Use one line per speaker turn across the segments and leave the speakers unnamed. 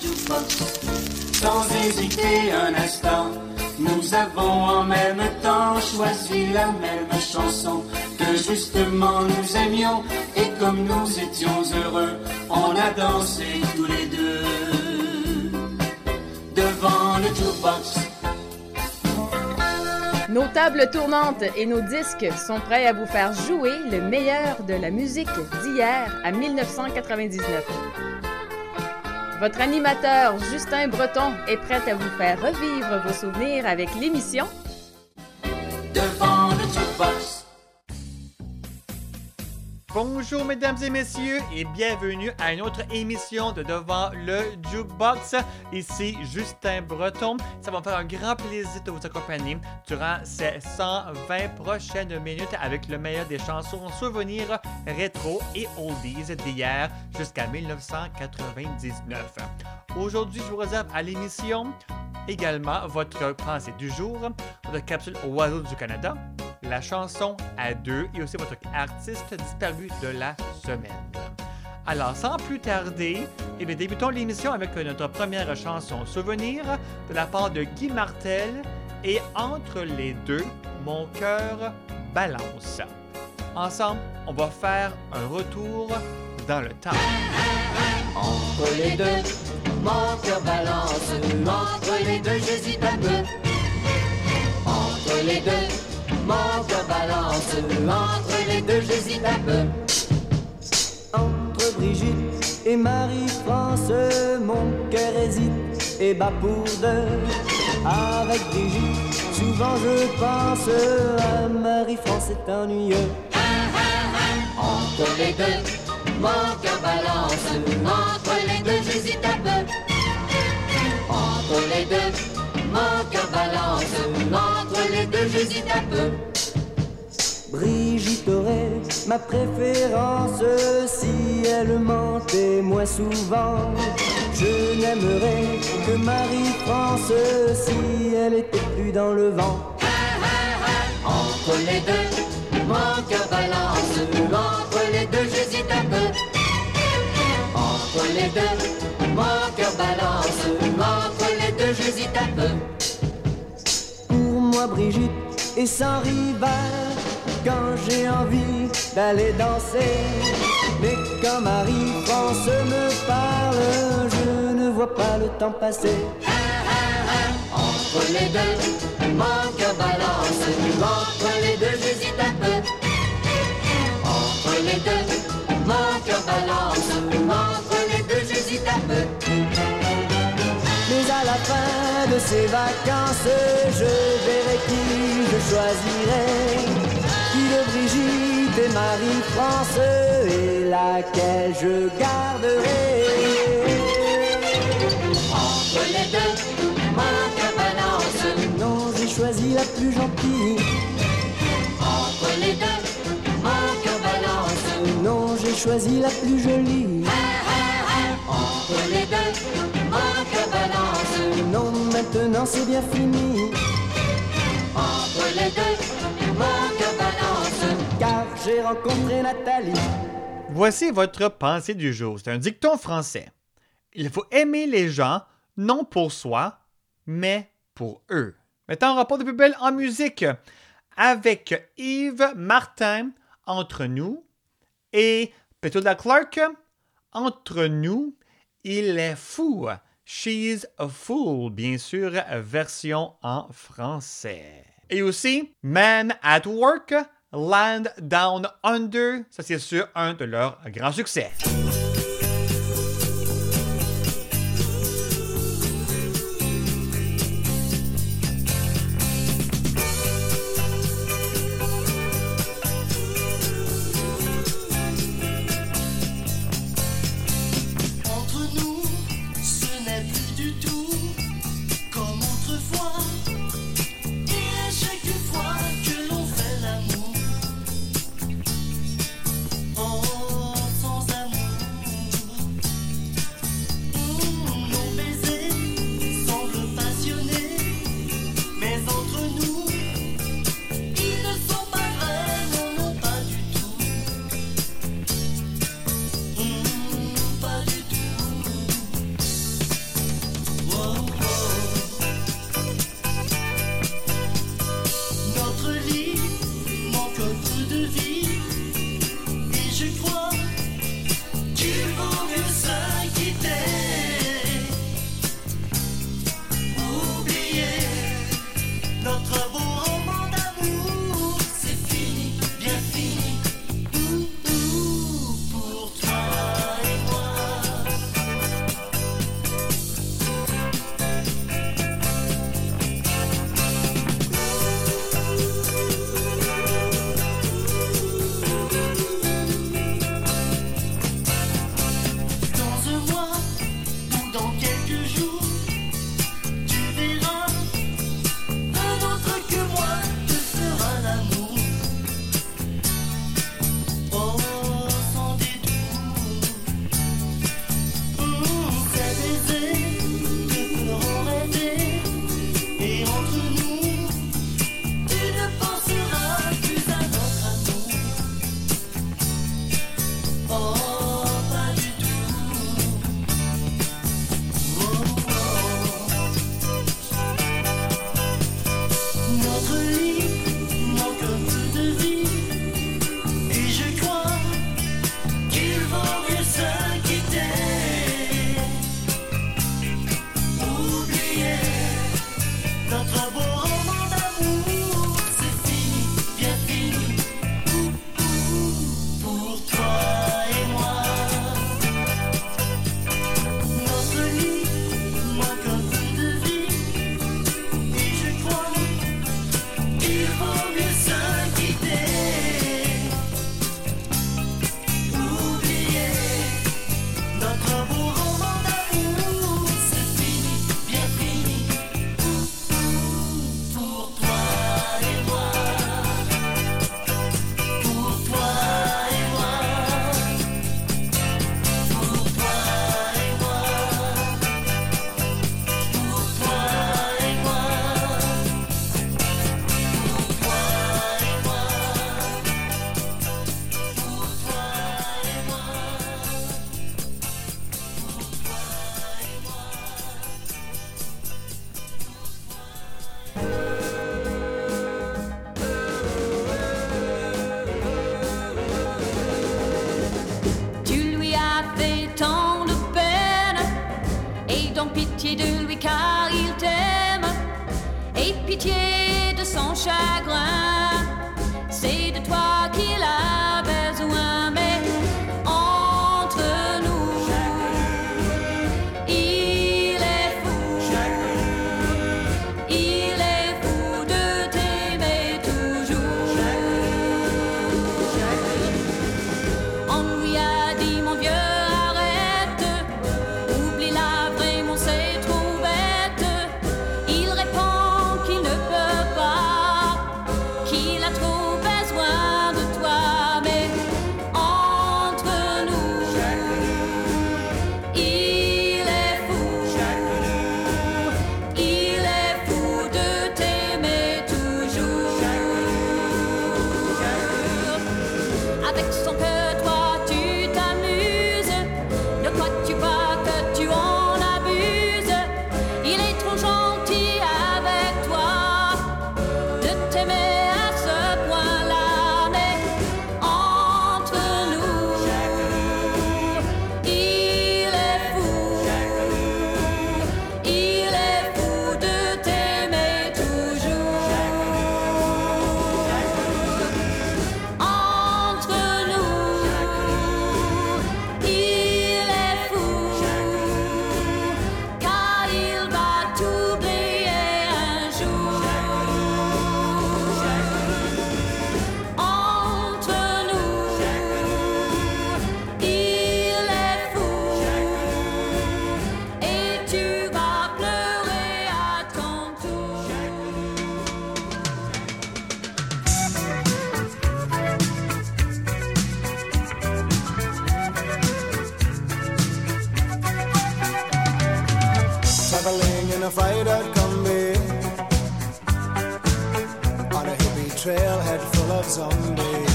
jukebox. Sans hésiter un instant, nous avons en même temps choisi la même chanson que justement nous aimions. Et comme nous étions heureux, on a dansé tous les deux devant le jukebox.
Nos tables tournantes et nos disques sont prêts à vous faire jouer le meilleur de la musique d'hier à 1999. Votre animateur Justin Breton est prêt à vous faire revivre vos souvenirs avec l'émission
Devant le jukebox.
Bonjour mesdames et messieurs et bienvenue à une autre émission de Devant le Jukebox. Ici Justin Breton. Ça va me faire un grand plaisir de vous accompagner durant ces 120 prochaines minutes avec le meilleur des chansons souvenirs rétro et oldies d'hier jusqu'à 1999. Aujourd'hui, je vous réserve à l'émission également votre pensée du jour, votre capsule Oiseaux du Canada, la chanson à deux et aussi votre artiste disparu de la semaine. Alors, sans plus tarder, débutons l'émission avec notre première chanson souvenir de la part de Guy Martel et Entre les deux, mon cœur balance. Ensemble, on va faire un retour dans le temps.
Entre les deux, mon cœur balance. Entre les deux, j'hésite un peu. Entre les deux, mon cœur balance. Entre les deux, j'hésite un peu.
Entre Brigitte et Marie-France, mon cœur hésite et bat pour deux. Avec Brigitte, souvent je pense à Marie-France, c'est ennuyeux.
Entre les deux, mon cœur balance. Entre les deux, j'hésite un peu. Entre les deux, mon cœur balance. Entre les deux, j'hésite un peu.
Brigitte aurait ma préférence si elle mentait moins souvent. Je n'aimerais que Marie-France si elle était plus dans le vent.
Entre les deux, mon cœur balance. Entre les deux, j'hésite un peu. Entre les deux, mon cœur balance. Entre les deux, j'hésite un peu.
Pour moi, Brigitte est sans rival quand j'ai envie d'aller danser. Mais quand Marie-France me parle, je ne vois pas le temps passer.
Entre les deux, mon cœur balance. Entre les deux, j'hésite un peu. Entre les deux, mon cœur balance. Entre les deux, j'hésite un peu.
Mais à la fin de ces vacances, je verrai qui je choisirai. Qui de Brigitte et Marie-France et laquelle je garderai.
Entre les deux, mon cœur balance.
Non, j'ai choisi la plus gentille.
Entre les deux, mon cœur balance.
Non, j'ai choisi la plus jolie.
Entre les deux, mon cœur balance.
Non, maintenant c'est bien fini.
Entre les deux, mon cœur balance.
Car j'ai rencontré Nathalie.
Voici votre pensée du jour. C'est un dicton français. Il faut aimer les gens, non pour soi, mais pour eux. Maintenant, on rapporte de plus belle en musique avec Yves Martin, Entre nous, et Petula Clark, Entre nous, il est fou. She's a fool, bien sûr, version en français. Et aussi, Man at Work, Land Down Under, ça c'est sûr un de leurs grands succès.
Oh, sans amour. pitié de lui car il t'aime, et pitié de son chagrin. C'est de toi qu'il a besoin, mais entre nous, il est fou de t'aimer toujours. On lui a dit mon vieux arrête, oublie la vraiment c'est trop bête. Il répond qu'il ne peut pas, qu'il a trop besoin de toi, mais entre nous, il est fou de t'aimer toujours. Avec son que toi tu t'amuses, ne crois-tu pas que tu en abuses? Il est trop gentil avec toi, de t'aimer à ce point-là, mais entre nous, il est fou de t'aimer toujours. Entre nous, il est fou, car il va t'oublier un jour. Entre nous, il est fou, et tu vas pleurer à ton tour.
Traveling in a freighter combi on a hippie trailhead full of zombies.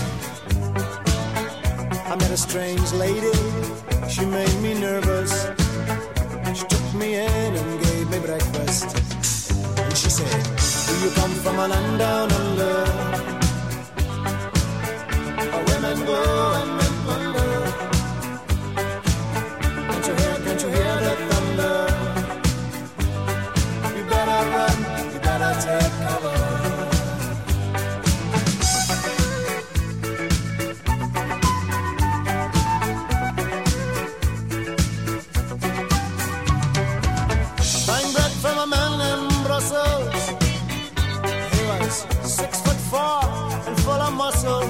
I met a strange lady, she made me nervous. She took me in and gave me breakfast. And she said, do you come from a land down under, where women go and men wonder? Can't you hear the thunder? You better run, you better take cover. Buying bread from a man in Brussels. He was 6'4" and full of muscle.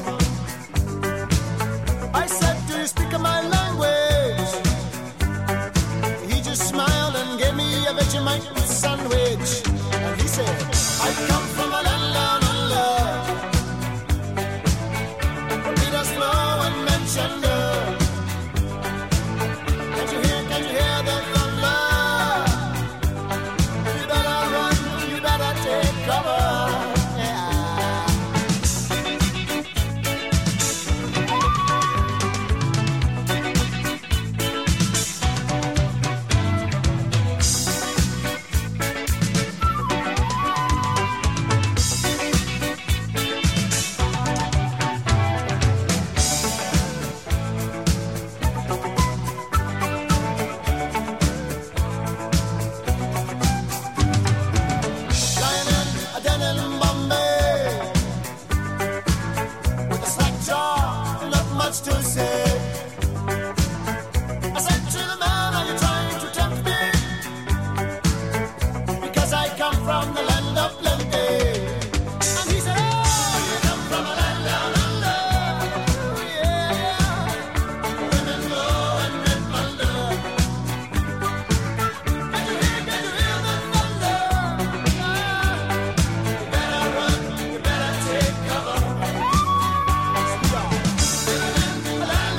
I said, do you speak my language? He just smiled and gave me a Vegemite sandwich. And he said, I come from a land down under, where Peter's flow and mentioned her. Can you hear the thunder? You better run, you better take cover. Yeah. Lying in a den in Bombay, with a slack jaw, not much to say. I said to the man, are you trying to tempt me? Because I come from the land of plenty. And he said, oh, you come from a land down under. Yeah, women go and men wonder. Can you hear the thunder? You better run, you better take cover. Living in the land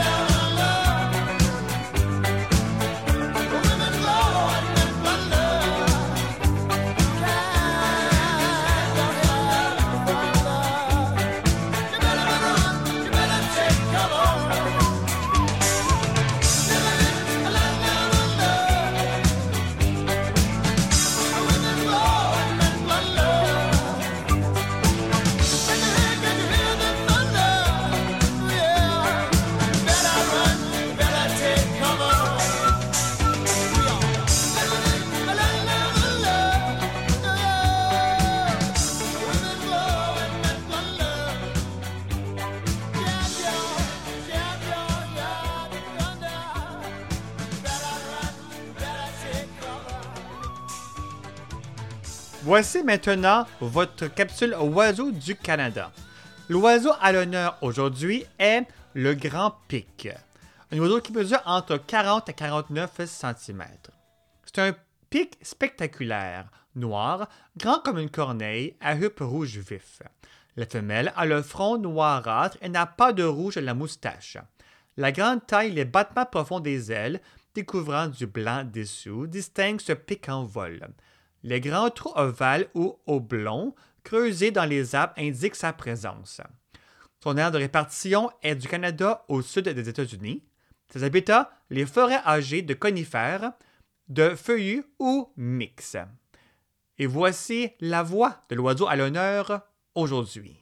Voici maintenant votre capsule Oiseau du Canada. L'oiseau à l'honneur aujourd'hui est le grand pic. Un oiseau qui mesure entre 40 et 49 cm. C'est un pic spectaculaire, noir, grand comme une corneille, à huppe rouge vif. La femelle a le front noirâtre et n'a pas de rouge à la moustache. La grande taille et les battements profonds des ailes, découvrant du blanc dessous, distinguent ce pic en vol. Les grands trous ovales ou oblongs, creusés dans les arbres, indiquent sa présence. Son aire de répartition est du Canada au sud des États-Unis. Ses habitats, les forêts âgées de conifères, de feuillus ou mixtes. Et voici la voix de l'oiseau à l'honneur aujourd'hui.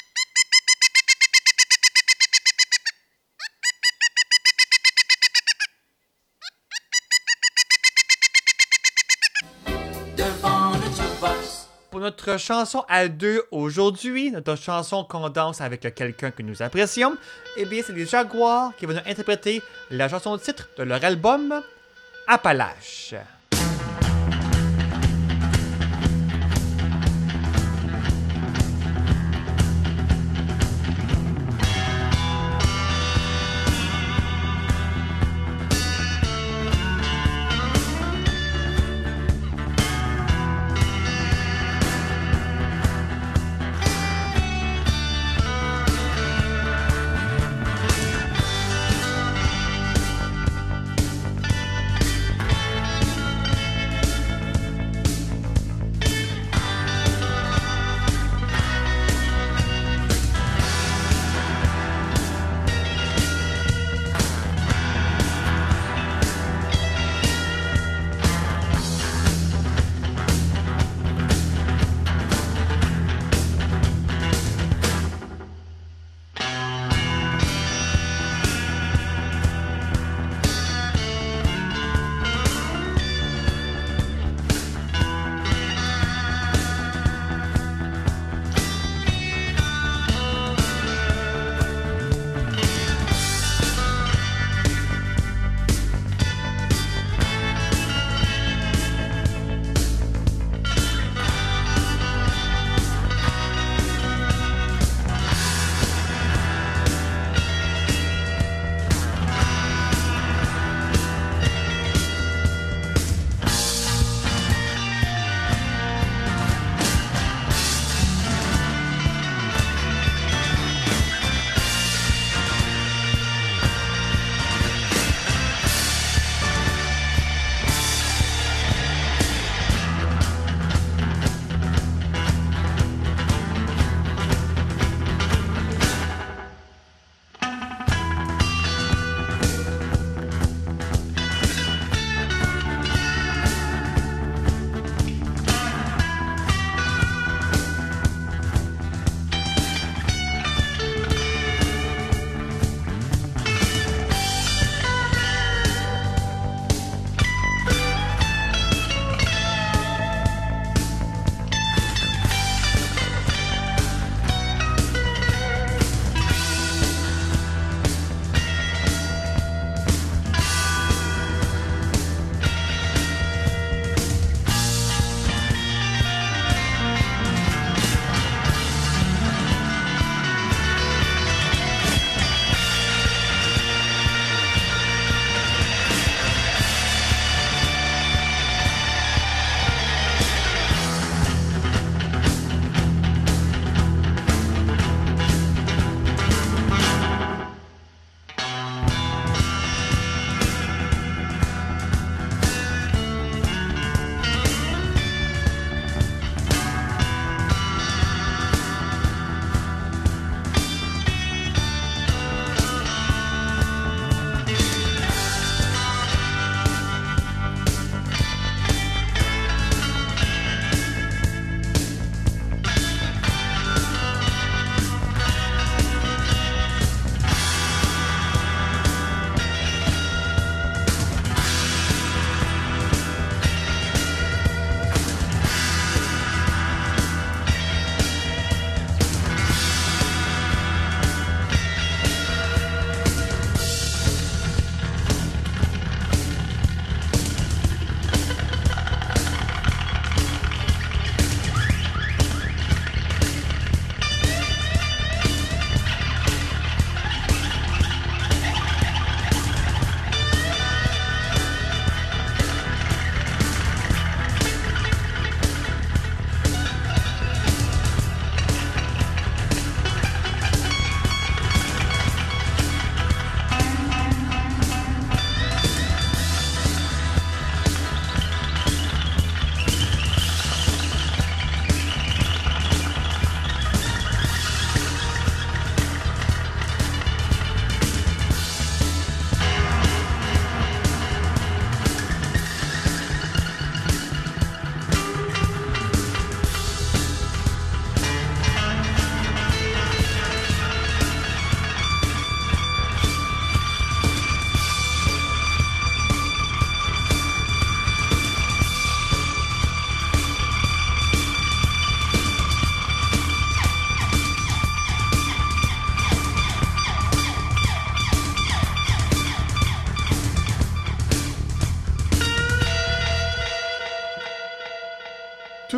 Devant le jukebox,
Pour notre chanson à deux aujourd'hui, notre chanson qu'on danse avec quelqu'un que nous apprécions, eh bien, c'est les Jaguars qui vont nous interpréter la chanson titre de leur album Appalaches.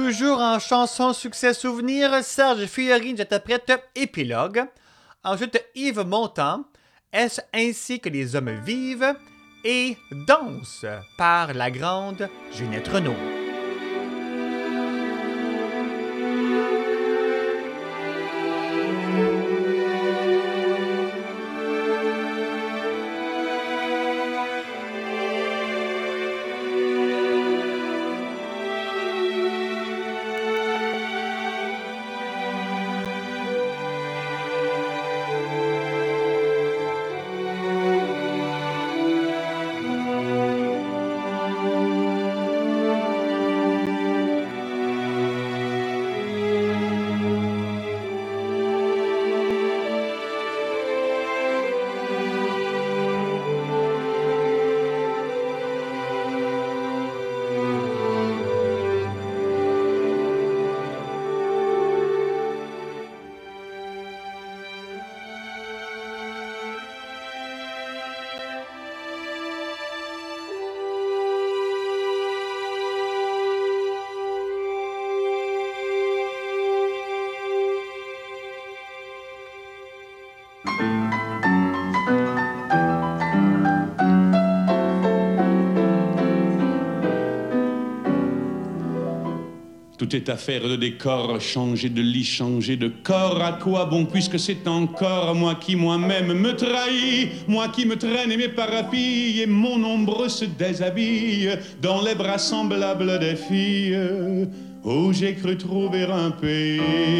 Toujours en chanson succès souvenir, Serge Fiori nous interprète Épilogue. Ensuite, Yves Montand, Est-ce ainsi que les hommes vivent? Et Danse par la grande Ginette Renaud.
Tout est affaire de décor, changer de lit, changer de corps. À quoi bon, puisque c'est encore moi qui moi-même me trahis, moi qui me traîne et mes parapilles, et mon ombre se déshabille dans les bras semblables des filles où j'ai cru trouver un pays.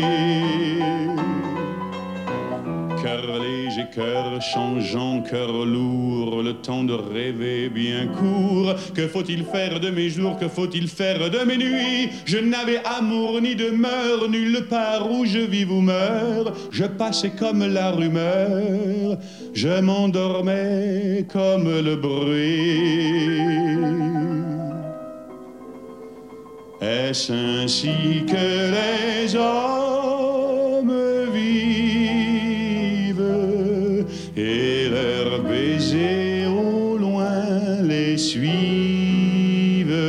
Cœur léger, cœur changeant, cœur lourd, le temps de rêver bien court. Que faut-il faire de mes jours, que faut-il faire de mes nuits? Je n'avais amour ni demeure, nulle part où je vis ou meurs. Je passais comme la rumeur, je m'endormais comme le bruit. Est-ce ainsi que les hommes vivent et leurs baisers au loin les suivent?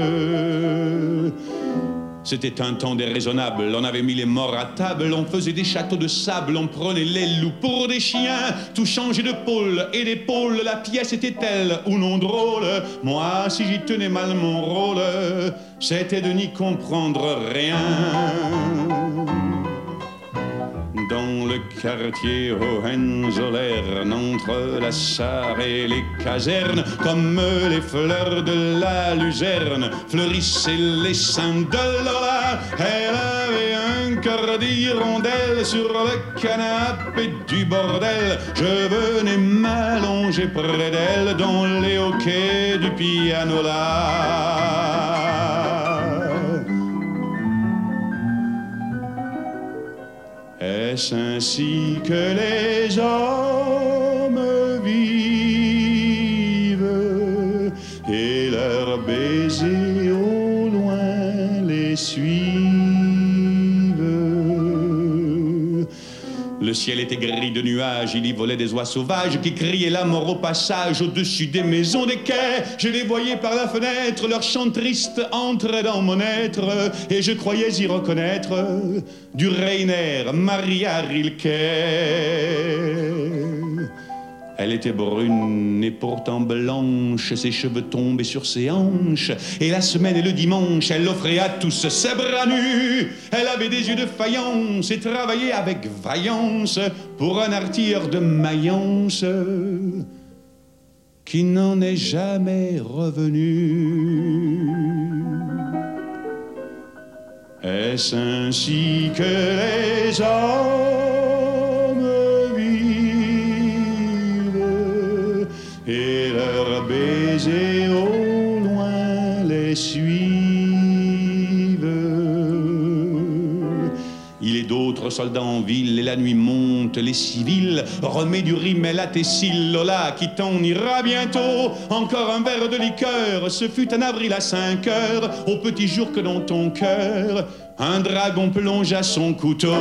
C'était un temps déraisonnable, on avait mis les morts à table, on faisait des châteaux de sable, on prenait les loups pour des chiens, tout changeait de pôle et d'épaule, la pièce était telle ou non drôle. Moi, si j'y tenais mal mon rôle, c'était de n'y comprendre rien. Dans le quartier Hohenzollern, entre la Sarre et les casernes, comme les fleurs de la luzerne, fleurissaient les seins de Lola. Elle avait un cœur d'hirondelle sur le canapé du bordel. Je venais m'allonger près d'elle dans les hoquets du pianola. Est-ce ainsi que les hommes vivent et leurs baisers au loin les suivent? Le ciel était gris de nuages, il y volait des oies sauvages qui criaient la mort au passage au-dessus des maisons des quais. Je les voyais par la fenêtre, leur chant triste entrait dans mon être et je croyais y reconnaître du Rainer Maria Rilke. Elle était brune et pourtant blanche, ses cheveux tombaient sur ses hanches. Et la semaine et le dimanche, elle offrait à tous ses bras nus. Elle avait des yeux de faïence et travaillait avec vaillance pour un artilleur de Mayence qui n'en est jamais revenu. Est-ce ainsi que les hommes vivent et leurs baisers au loin les suivent? Il est d'autres soldats en ville et la nuit monte, les civils remet du rimel à tes cils. Lola, qui t'en ira bientôt. Encore un verre de liqueur, ce fut un avril à 5 heures, au petit jour que dans ton cœur un dragon plongea son couteau.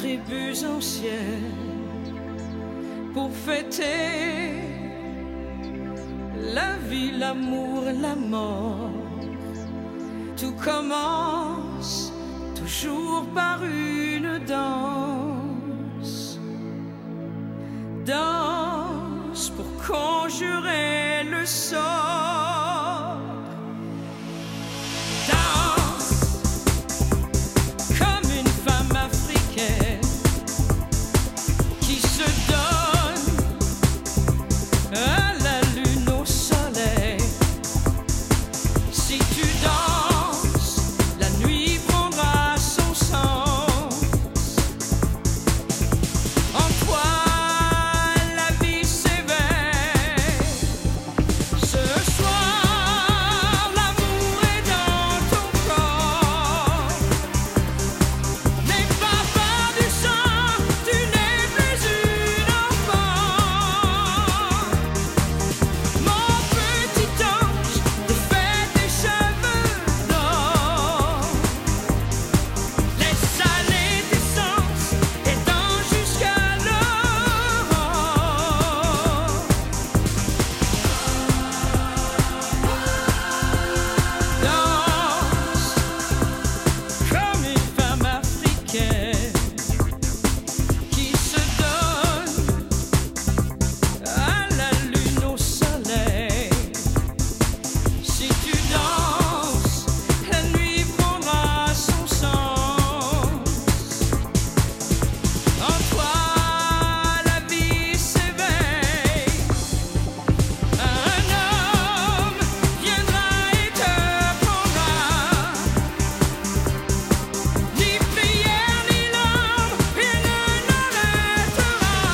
tribus anciennes pour fêter la vie, l'amour, la mort. Tout commence toujours par une danse. Danse pour conjurer le sort. Danse comme une femme africaine qui se donne à la lune, au soleil. Si tu danses, la nuit prendra son sens. En toi, la vie s'éveille. Ce soir, l'amour est dans ton corps. N'aie pas peur du sang, tu n'es plus une enfant. Mon petit ange, défais tes cheveux d'or. Laisse aller tes sens et danse jusqu'à l'aurore. Danse comme une femme africaine qui se donne à la lune, au soleil. Si tu danses, la nuit prendra son sens. En toi, la vie s'éveille. Un homme viendra et te prendra. Ni prière ni larmes, rien ne l'arrêtera.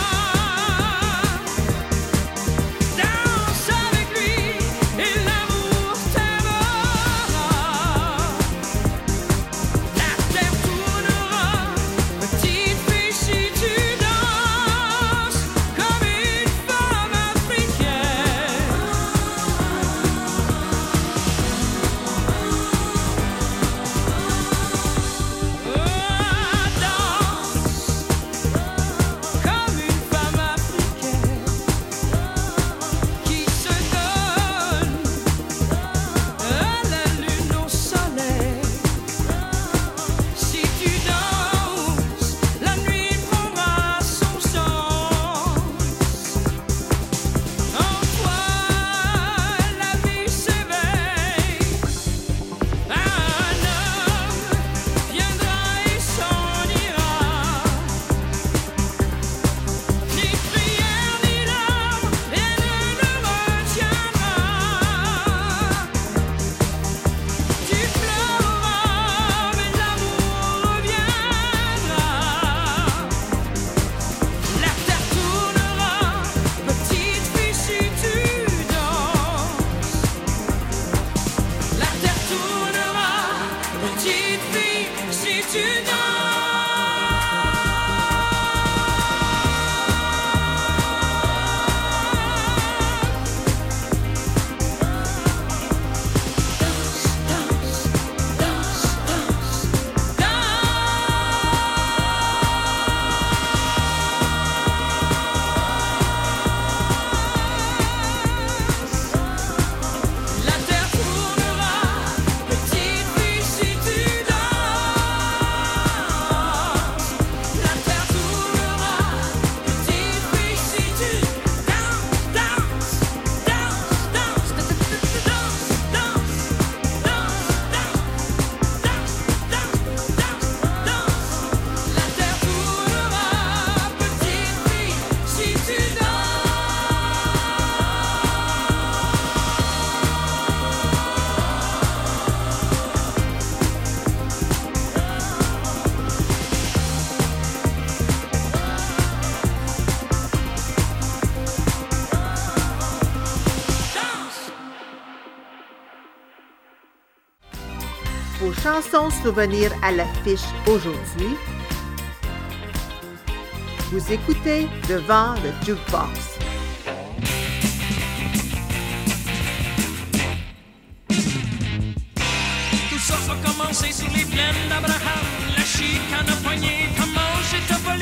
Danse avec lui et l'amour t'aimera. La terre tournera, petite fille, si tu danses comme une femme africaine. Danse comme une femme africaine qui se donne à la lune, au soleil. Si tu danses, la nuit prendra son sens. En toi, la vie s'éveille. Un homme viendra et s'en ira. Ni prière ni larmes, rien ne le retiendra. Tu pleureras, mais l'amour reviendra. La terre tournera, petite fille, si tu danses. La terre tournera, petite fille, si tu danses. La terre tournera, petite fille, si tu danses. La terre tournera, petite fille, si tu danses, danses, danses, danses, danses, danses, La terre tournera, petite fille, si tu danses.
Vos chansons souvenirs à l'affiche aujourd'hui. Vous écoutez Devant le Jukebox.
Tout ça a commencé sur les plaines d'Abraham. La chicane a poigné, comment j'ai te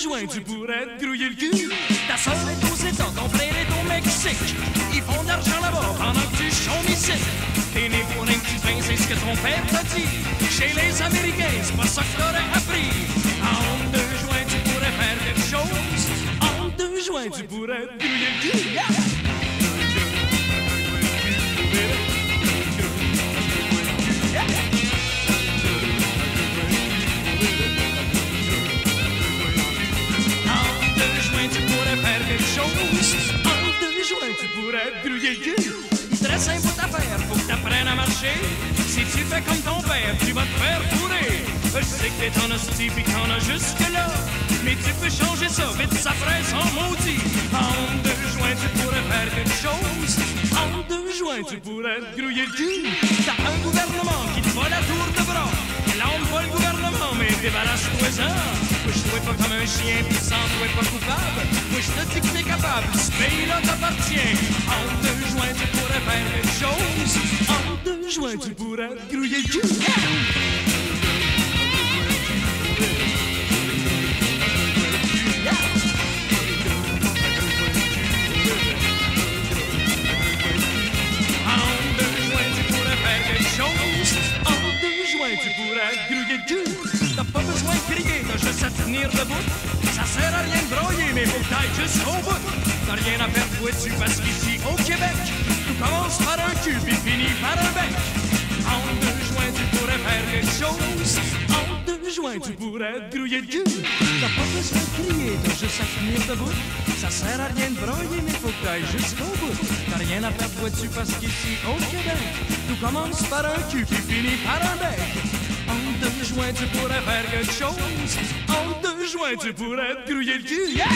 juin, tu pourrais te grouiller le cul. Ta soeur est aux États, ton frère est au Mexique. Ils font de l'argent là-bas pendant que tu chômes ici. T'es né pour un petit pain, c'est ce que ton père t'a dit. Chez les Américains, c'est pas ça que t'aurais appris. En 2 juin, tu pourrais faire quelque chose. En 2 juin, tu pourrais te grouiller le cul. Yeah! En 2 juin, tu pourrais te grouiller le cul. Il te reste un bout à faire, faut que t'apprennes à marcher. Si tu fais comme ton père, tu vas te faire fourrer. Je sais que t'es en hostie pis que t'en as jusque-là, mais tu peux changer ça, vite ça presse en maudit. En 2 juin, tu pourrais faire quelque chose. En 2 juin, tu pourrais te grouiller le cul. T'as un gouvernement qui te vole la tour de bras. Là, on voit le gouvernement, mais débarrasse-toi-en. Moi, je trouvais pas comme un chien, pis sans toi pas coupable. Moi, je te dis que t'es capable, ce pays-là t'appartient. En 2 juin, tu pourrais faire quelque chose. En 2 juin, tu pourrais te grouiller le cul. Tu pourrais te grouiller le cul. T'as pas besoin de crier, t'as juste à tenir debout. Ça sert à rien de broyer, mais faut que t'ailles jusqu'au bout. T'as rien à perdre, toi, dessus, parce qu'ici, au Québec, tout commence par un cul, puis finit par un bec. En 2 juin, tu pourrais faire quelque chose. En 2 juin, tu pourrais te grouiller le cul. T'as pas besoin de crier, t'as juste à tenir debout. Ça sert à rien de broyer, mais faut que t'ailles jusqu'au bout. T'as rien à perdre, toi, dessus, parce qu'ici, au Québec, tout commence par un cul, puis finit par un bec. En 2 juin, tu pourrais faire quelque chose. En 2 juin, tu pourrais te grouiller le cul. Yeah!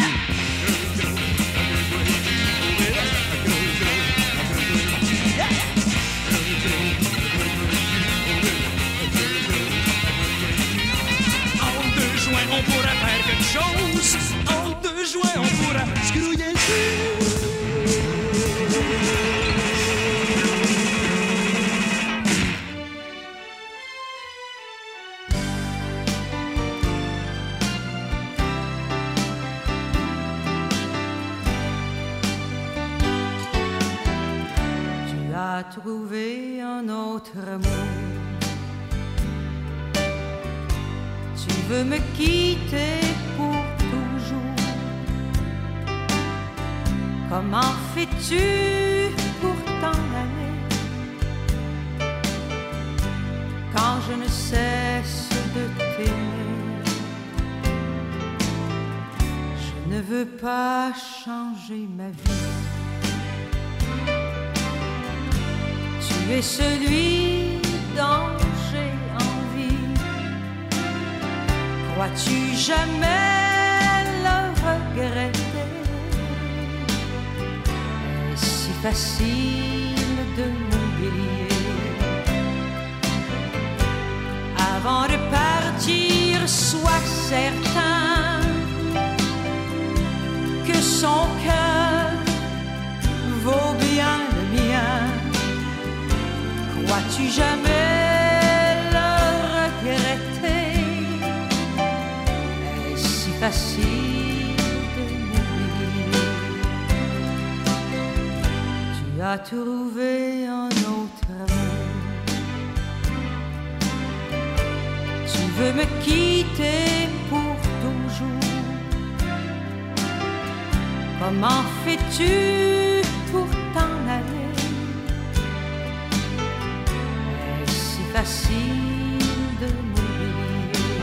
En 2 juin, on pourrait faire quelque chose. En 2 juin, on pourrait se grouiller le cul.
Trouver un autre amour. Tu veux me quitter pour toujours. Comment fais-tu pour t'en aller quand je ne cesse de t'aimer? Je ne veux pas changer ma vie. Tu es celui dont j'ai envie. Crois-tu jamais le regretter? Si facile de m'oublier. Avant de partir, sois certain que son cœur vaut bien le mien. Crois-tu jamais le regretter? Est-ce si facile de m'oublier? Tu as trouvé un autre amour. Tu veux me quitter pour toujours. Comment fais-tu pour t'en aller? Facile de m'oublier.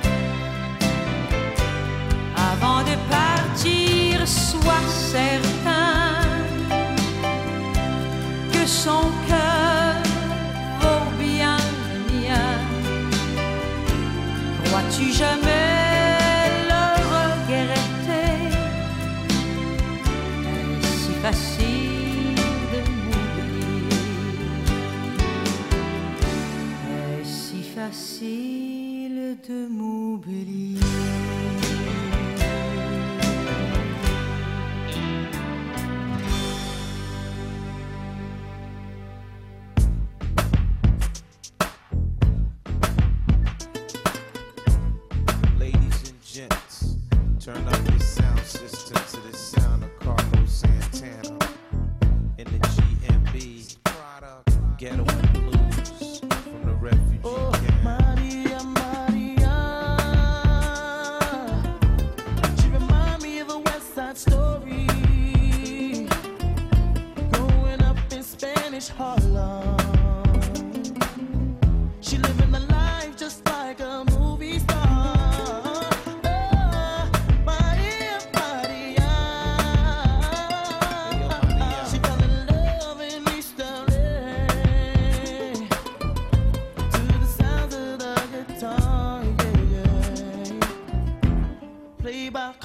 Avant de partir, sois certain que son cœur vaut bien le mien. Crois-tu jamais le regretter? Si facile de m'oublier. Facile de m'oublier.
Ladies and gents, turn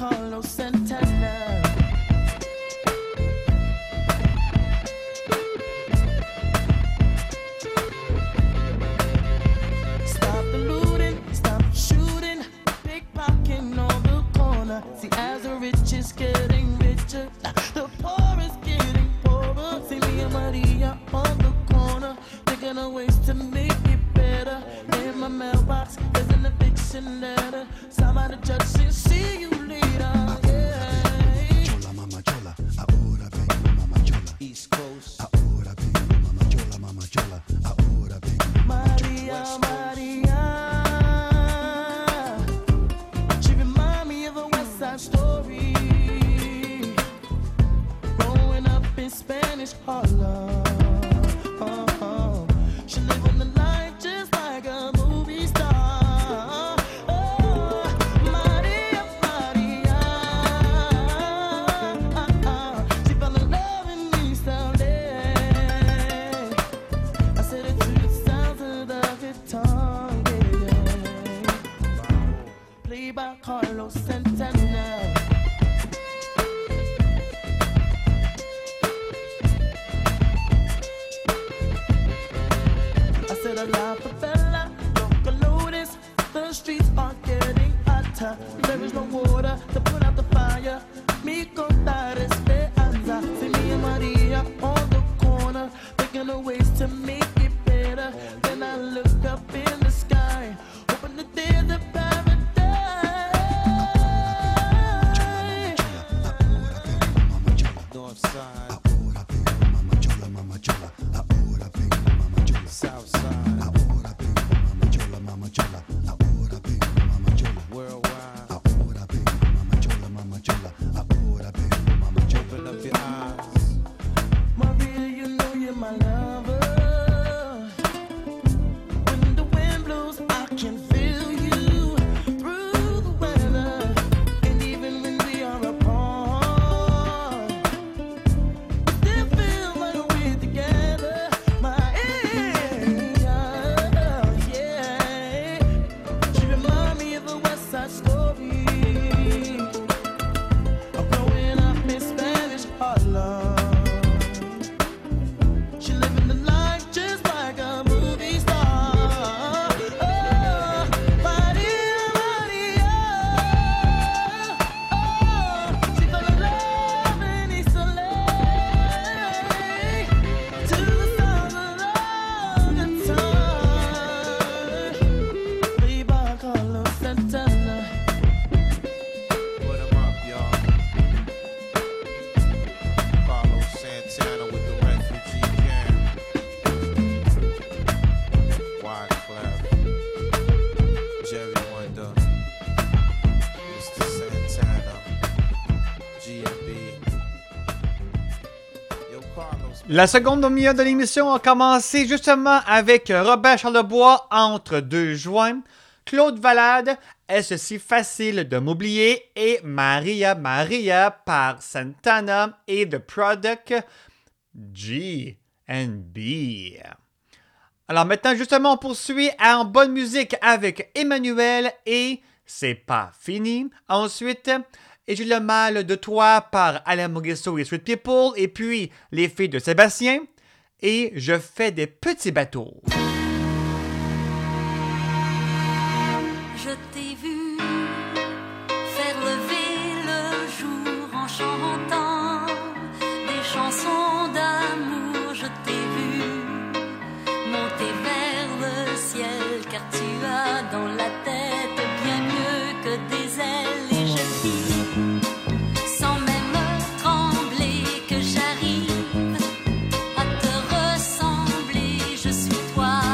Carlos Santana. Stop the looting, stop shooting, pickpocketing on the corner. See, as the rich is getting richer, the poor is getting poorer. See me and Maria on the corner, thinking of ways to make it better. In my mailbox, there's an eviction letter. Somebody judge and see you later. Yeah.
Chola, mama chola, ahora vengo, mama chola.
East Coast.
Ahora vengo, mama chola, mama chola. Ahora vengo,
Maria, Maria. She remind me of a West Side Story. Growing up in Spanish Harlem. She live on the line just like a movie star. Oh, Maria, Maria. She fell in love in East LA. I said it to the sounds of the guitar, yeah. Played by Carlos Santana. I said a la favela, local notice. The streets are getting hotter. There is no water to put out the fire. Mi contar esperanza. See me and Maria on the corner, thinking of ways to make it better. Then I look up in the sky, hoping that there's a paradise. North side,
ahora vengo, mama chola, mama chola. Ahora vengo, mama chola.
south side,
Ahora vengo, mama chola, mama chola. Ahora vengo, mama chola.
worldwide.
Ahora vengo, mama chola, mama chola. Ahora vengo, mama chola.
Open up your eyes. Maria, you know you're my lover. When the wind blows, I can feel you through the weather. And even when we are apart, still feel like we're together. Yeah. She remind me of a West Side Story. Of growing up in Spanish Harlem. She living the life just like a movie star. Oh, Maria, Maria. Oh, she fell in love in East LA. To the sound of the guitar. Played by Carlos Santana.
Put 'em up, y'all. Carlos Santana with the refugee camp. Wyclef, Jerry Wonder, Mr. Santana, GMB. Yo, Carlos.
La seconde demi-heure de l'émission a commencé justement avec Robert Charlebois entre 2 juin, Claude Valade, Est-ce si facile de m'oublier et Maria Maria par Santana et The Product G&B. Alors maintenant justement on poursuit en bonne musique avec Emmanuel et C'est pas fini. Ensuite, Et j'ai le mal de toi par Alain Morisseau et Sweet People. Et puis, Les filles de Sébastien. Et Je fais des petits bateaux.
Je t'ai vu faire lever le jour en chantant des chansons d'amour. Je t'ai vu monter vers le ciel, car tu as dans la tête bien mieux que des ailes. Et je dis, sans même trembler, que j'arrive à te ressembler. Je suis toi.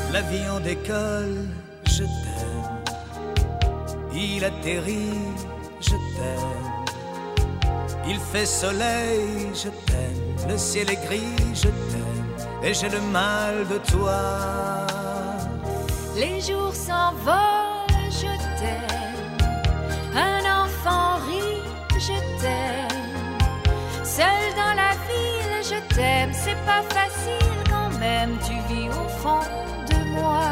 L'avion décolle, je t'aime. Il atterrit, je t'aime. Il fait soleil, je t'aime. Le ciel est gris, je t'aime. Et j'ai le mal de toi.
Les jours s'envolent, je t'aime. Un enfant rit, je t'aime. Seul dans la ville, je t'aime. C'est pas facile quand même, tu vis au fond de moi.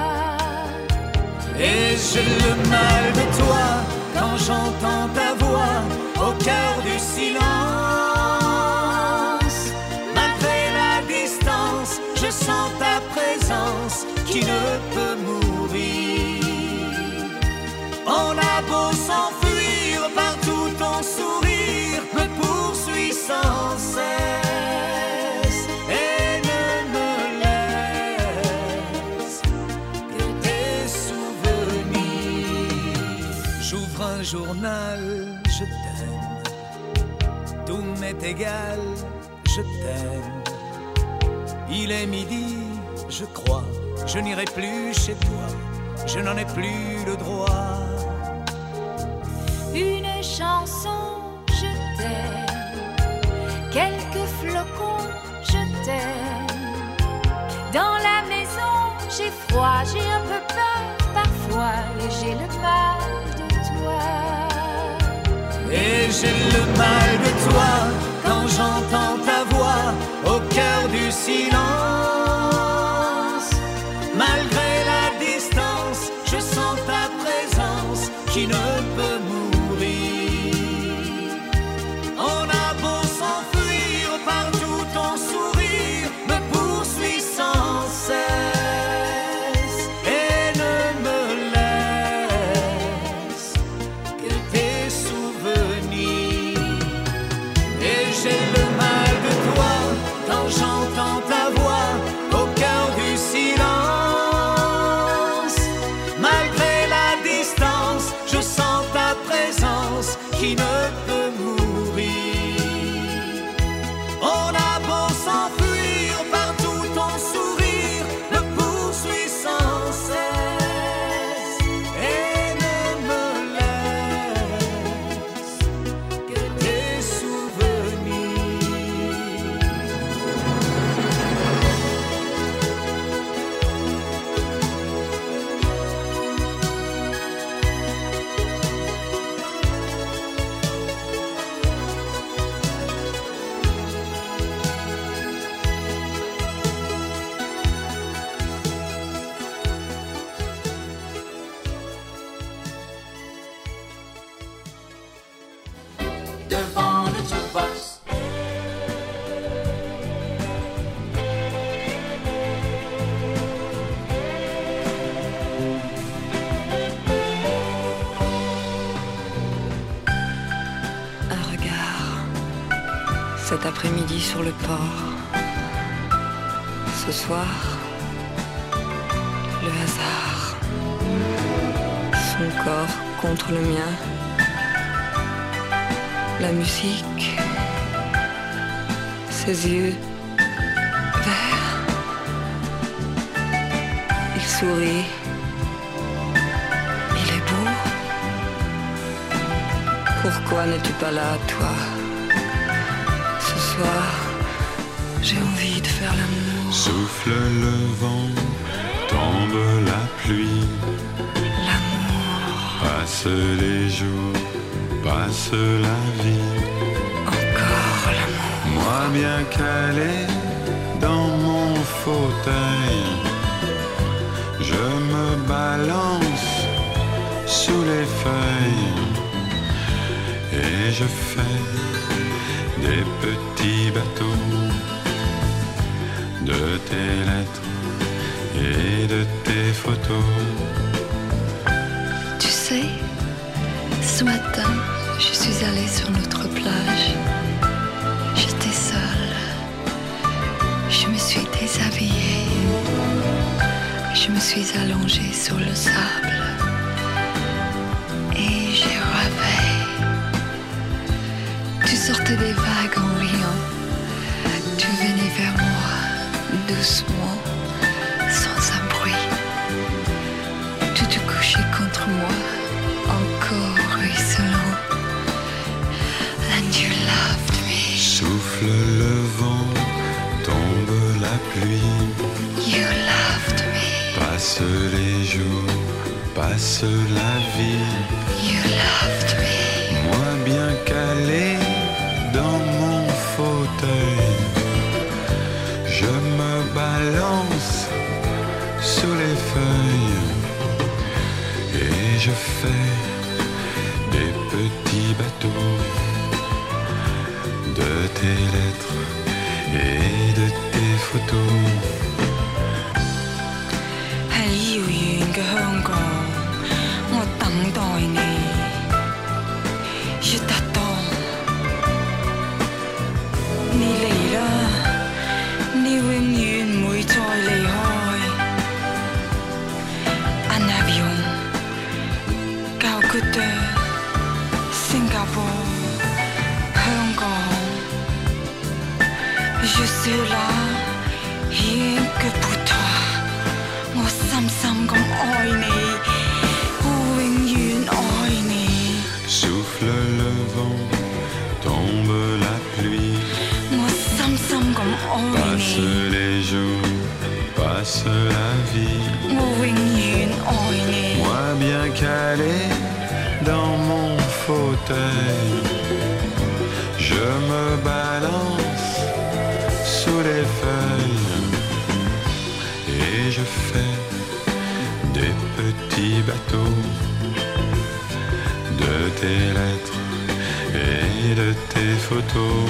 Et j'ai le mal de toi quand j'entends ta voix au cœur du silence. Malgré la distance, je sens ta présence qui ne peut mourir. On a beau s'enfuir, partout ton sourire me poursuit sans cesse et ne me laisse que tes souvenirs. J'ouvre un journal, je t'aime. Tout m'est égal, je t'aime. Il est midi, je crois. Je n'irai plus chez toi, je n'en ai plus le droit.
Une chanson, je t'aime. Quelques flocons, je t'aime. Dans la maison, j'ai froid, j'ai un peu peur parfois, et j'ai le mal de toi.
Et j'ai le mal de toi quand j'entends ta voix au cœur du silence. Malgré la distance, je sens ta présence qui ne peut mourir. On a beau s'enfuir, partout ton sourire me poursuit sans cesse et ne me laisse que tes souvenirs. Et j'ai le mal de toi quand j'entends ta voix au cœur du silence. Malgré la distance, je sens ta présence qui ne peut mourir. On a beau s'enfuir, partout ton sourire me poursuit sans cesse et ne me laisse que tes souvenirs.
Devant le jukebox,
Un regard, cet après-midi sur le port. Ce soir, le hasard. Son corps contre le mien. La musique. Ses yeux verts. Il sourit. Il est beau. Pourquoi n'es-tu pas là, toi? Ce soir, j'ai envie de faire l'amour.
Souffle le vent, tombe la pluie.
L'amour.
Passe les jours, passe la vie.
Encore l'amour.
Moi bien calé dans mon fauteuil, je me balance sous les feuilles et je fais des petits bateaux de tes lettres et de tes photos.
Tu sais, ce matin, je suis allée sur notre plage. J'étais seule. Je me suis déshabillée. Je me suis allongée sur le sable. Et j'ai rêvé. Tu sortais des vagues en riant. Tu venais vers moi, doucement, sans un bruit. You loved me.
Passe les jours, passe la vie.
You loved me.
Moi bien calé dans mon fauteuil, je me balance sous les feuilles et je fais des petits bateaux de tes lettres et de tes photos.
喺遙遠嘅香港，我等待你。Je t'attends，你嚟啦，你永遠唔會再離開。Un avion，教決定，新加坡，香港。Je suis là，rien que pour toi。我深深咁愛你，我永遠愛你。
Souffle le vent, tombe la pluie.
我深深咁愛
Passe
你，
les jours, passe la vie.
我永遠愛你。
Moi bien calé dans mon fauteuil, je me balance sous les feuilles et je fais des petits bateaux de tes lettres et de tes photos.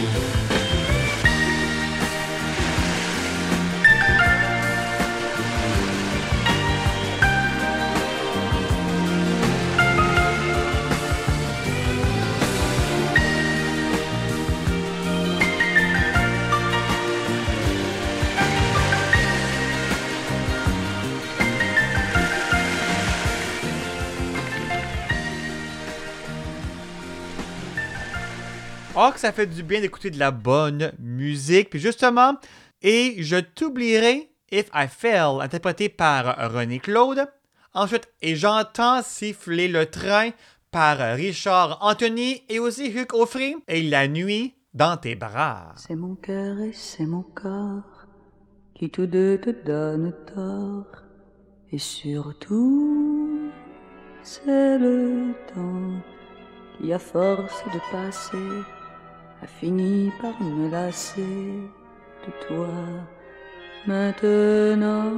Oh, que ça fait du bien d'écouter de la bonne musique. Puis justement, et je t'oublierai, If I Fail, interprété par René Claude. Ensuite, et j'entends siffler le train par Richard Anthony et aussi Hugues Offray. Et La nuit dans tes bras.
C'est mon cœur et c'est mon corps qui tous deux te donnent tort. Et surtout, c'est le temps qui, à force de passer, a fini par me lasser de toi maintenant.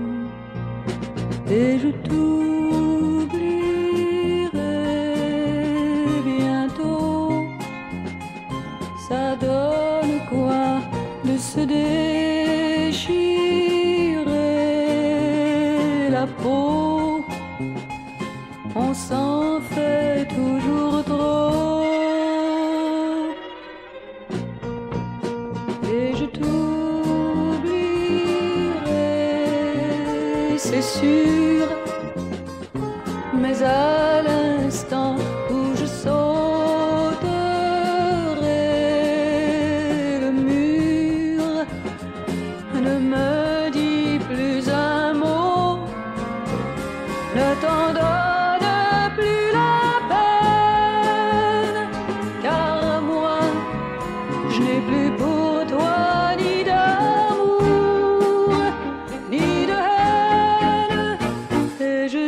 Et je t'oublierai bientôt. Ça donne quoi de se déchirer la peau? On s'en fait toujours trop. Et je t'oublierai, c'est sûr. Mais à l'instant où je sauterai le mur, ne me dis plus un mot, ne t'en donne plus la peine, car moi je n'ai plus pour toi ni d'amour, ni de haine, et je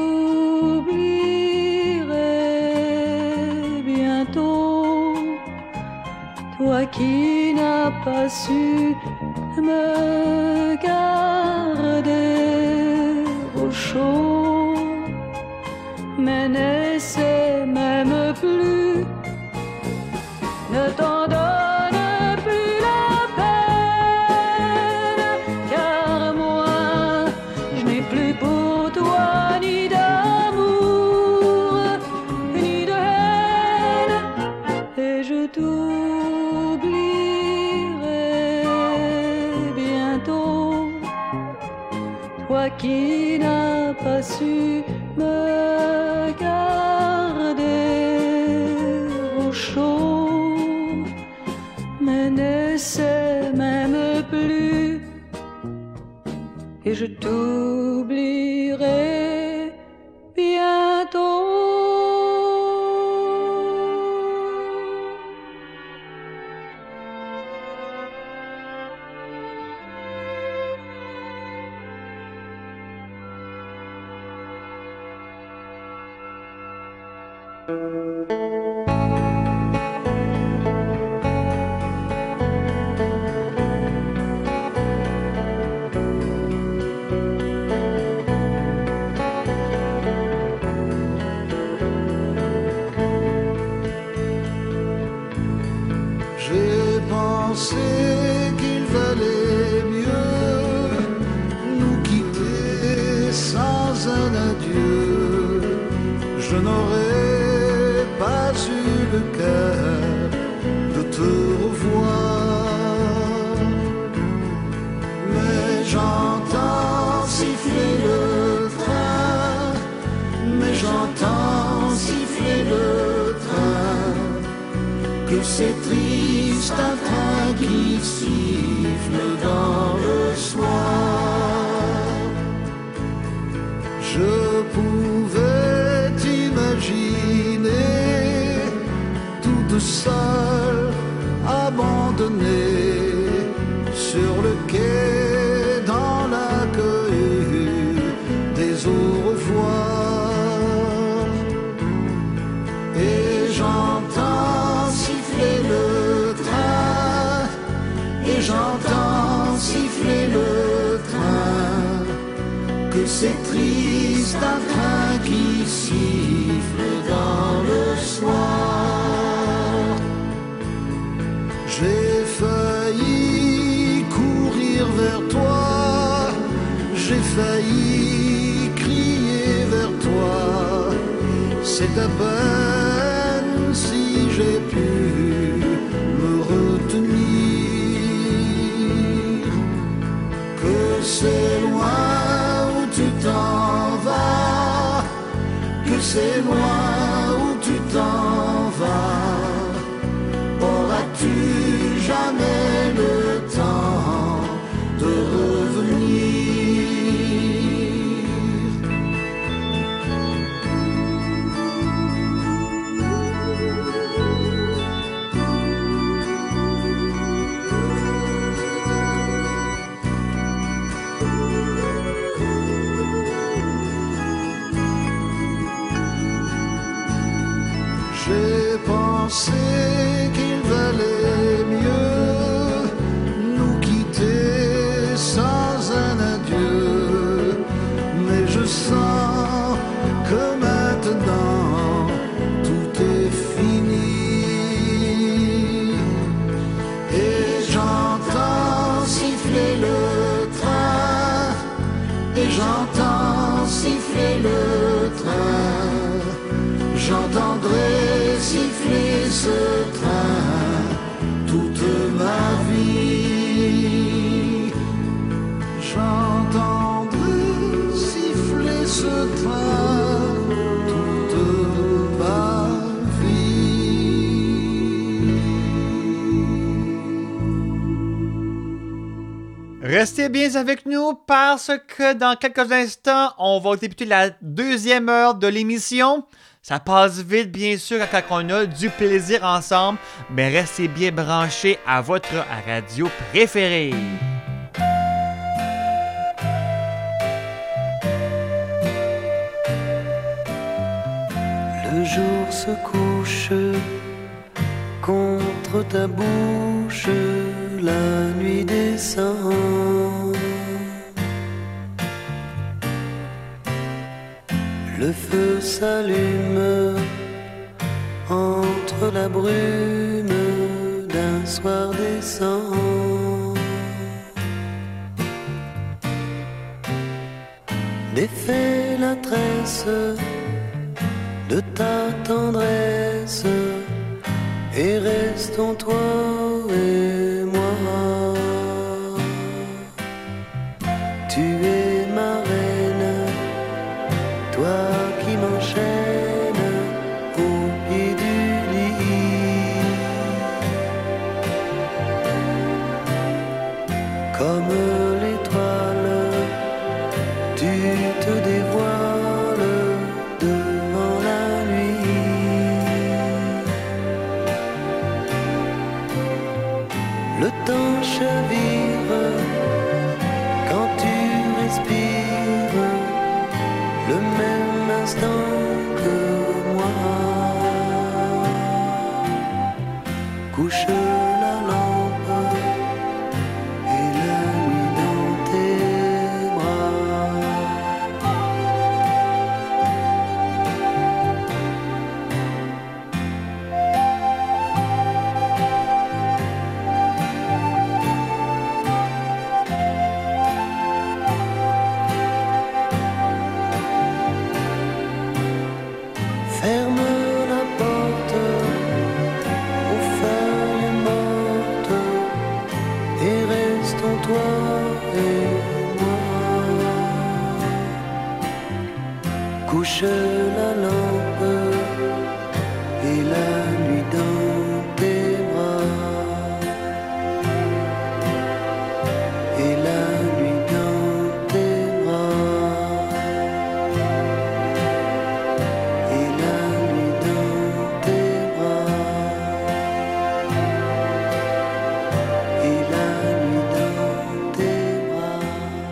t'oublierai bientôt. Toi qui n'as pas su me garder au chaud, mais n'essaie même plus, ne t'en donne plus la peine, car moi je n'ai plus pour toi ni d'amour, ni de haine, et je t'oublierai bientôt. Toi qui n'as pas su me garder au chaud, mais n'essaie même plus, et je t'oublierai bientôt.
J'ai pensé qu'il valait mieux nous quitter sans un adieu. Je n'aurais pas eu le cœur de te revoir. Mais j'entends siffler le train, mais j'entends siffler le train. Que c'est triste un train qui siffle dans le soir. Je pouvais t'imaginer toute seule, abandonnée sur le quai dans l'accueil des au revoir. Et j'entends siffler le train, et j'entends siffler le train. Que c'est triste un train qui siffle dans le soir. J'ai failli courir vers toi, j'ai failli crier vers toi. C'est à peine si j'ai pu me retenir. Que c'est loin où tu t'en vas, que c'est loin où tu t'en vas. Auras-tu jamais le temps de revenir? J'ai pensé qu'il valait mieux nous quitter sans un adieu. Mais je sens que maintenant tout est fini. Et j'entends siffler le train, et j'entends siffler le train. J'entendrai siffler ce train toute ma vie. J'entendrai siffler ce train toute ma
Restez bien avec nous parce que dans quelques instants, on va débuter la deuxième heure de l'émission. Ça passe vite, bien sûr, quand on a du plaisir ensemble, mais restez bien branchés à votre radio préférée.
Le jour se couche contre ta bouche, la nuit descend. Le feu s'allume entre la brume d'un soir décent. Défais la tresse de ta tendresse et restons toi et moi. Tu es ma reine, toi qui m'enchaînes au pied du lit. Comme l'étoile, tu te dévoiles devant la nuit. Le temps chavire quand tu respires le même instant que moi. couche la lampe et la nuit dans tes bras, et la nuit dans tes bras, et la nuit dans tes bras, et la nuit dans tes bras.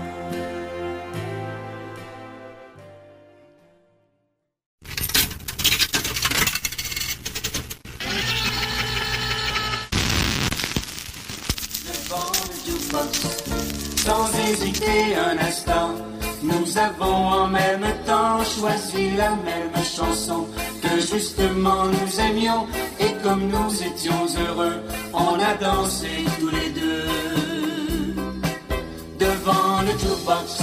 Sans hésiter un instant, nous avons en même temps choisi la même chanson que justement nous aimions, et comme nous étions heureux, on a dansé tous les deux devant le jukebox.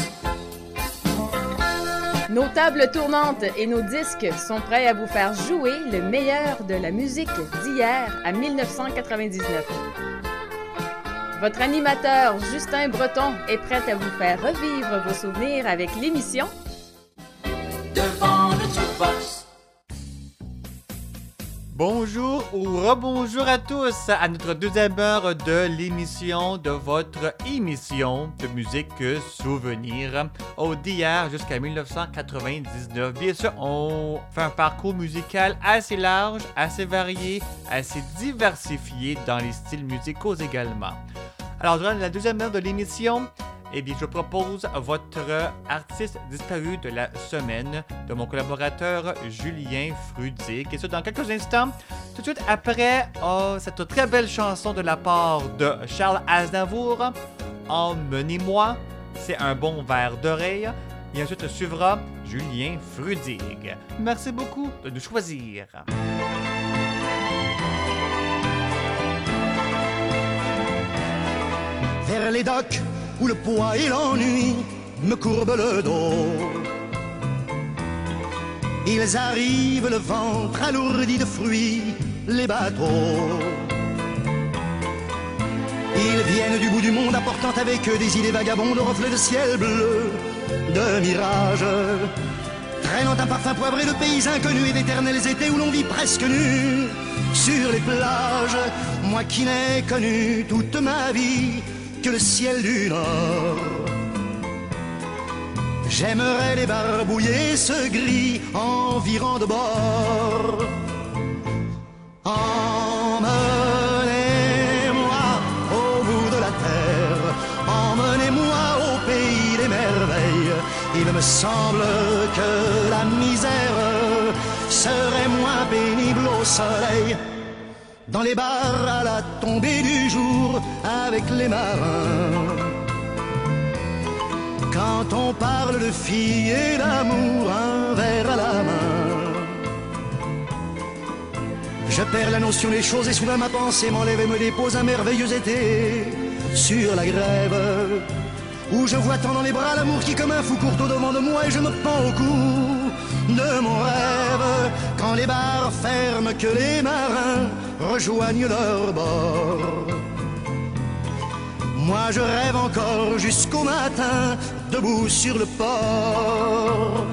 Nos tables tournantes et nos disques sont prêts à vous faire jouer le meilleur de la musique d'hier à 1999. Votre animateur Justin Breton est prêt à vous faire revivre vos souvenirs avec l'émission
Devant le jukebox.
Bonjour ou rebonjour à tous à notre deuxième heure de l'émission de votre émission de musique souvenir d'hier jusqu'à 1999. Bien sûr, on fait un parcours musical assez large, assez varié, assez diversifié dans les styles musicaux également. Alors, durant la deuxième heure de l'émission, eh bien, je propose votre artiste disparu de la semaine de mon collaborateur Julien Frudig. Et ça, dans quelques instants, tout de suite après cette très belle chanson de la part de Charles Aznavour, Emmenez-moi, c'est un bon verre d'oreille. Et ensuite suivra Julien Frudig. Merci beaucoup de nous choisir.
Vers les docks où le poids et l'ennui me courbent le dos. Ils arrivent le ventre alourdi de fruits, les bateaux. Ils viennent du bout du monde apportant avec eux des idées vagabondes, reflets de ciel bleu, de mirages, traînant un parfum poivré de pays inconnus et d'éternels étés où l'on vit presque nu sur les plages. Moi qui n'ai connu toute ma vie que le ciel du Nord, j'aimerais débarbouiller ce gris environ de bord. Emmenez-moi au bout de la terre, emmenez-moi au pays des merveilles. Il me semble que la misère serait moins pénible au soleil, dans les bars à la tombée du jour avec les marins. Quand on parle de filles et d'amour, un verre à la main, je perds la notion des choses et soudain ma pensée m'enlève et me dépose un merveilleux été sur la grève, où je vois tant dans les bras l'amour qui comme un fou court au devant de moi et je me pends au cou de mon rêve. Quand les bars ferment, que les marins rejoignent leur bord, moi je rêve encore jusqu'au matin, debout sur le port.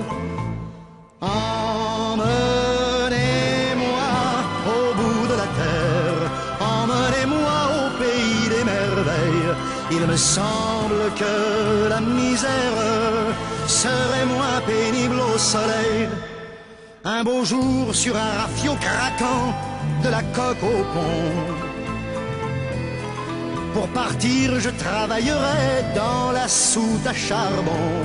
Emmenez-moi au bout de la terre, emmenez-moi au pays des merveilles. Il me semble que la misère serait moins pénible au soleil. Un beau jour sur un rafio craquant, de la coque au pont. Pour partir, je travaillerai dans la soute à charbon,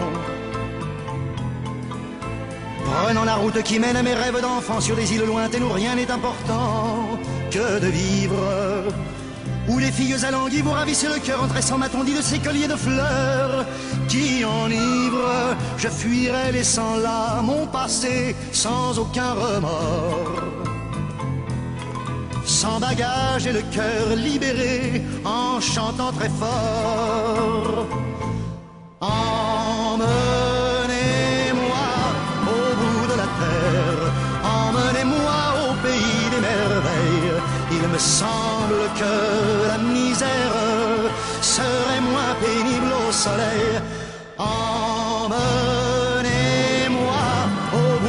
prenant la route qui mène à mes rêves d'enfant sur des îles lointaines où rien n'est important que de vivre, où les filles alanguies vous ravissent le cœur en tressant ma tondie de ces colliers de fleurs qui enivrent. Je fuirai laissant là mon passé sans aucun remords, sans bagage et le cœur libéré, en chantant très fort. Emmenez-moi au bout de la terre, emmenez-moi au pays des merveilles. Il me semble que la misère serait moins pénible au soleil. Emmenez-moi au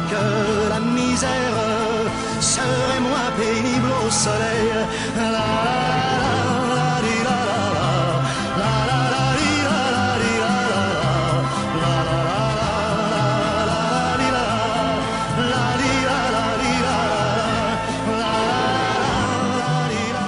que la misère serait moins pénible au soleil. La la la la di la la la la la la di la la di la la la la la la di la la di la la di la la la di la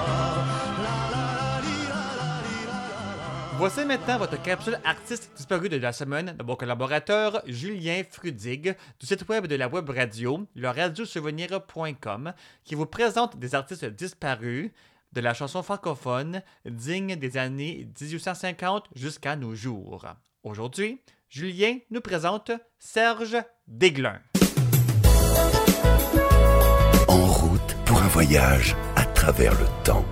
Voici maintenant votre capsule artiste disparue de la semaine de mon collaborateur Julien Frudig du site web de la web radio, le radiosouvenir.com, qui vous présente des artistes disparus de la chanson francophone digne des années 1850 jusqu'à nos jours. Aujourd'hui, Julien nous présente Serge Desglin.
En route pour un voyage à travers le temps.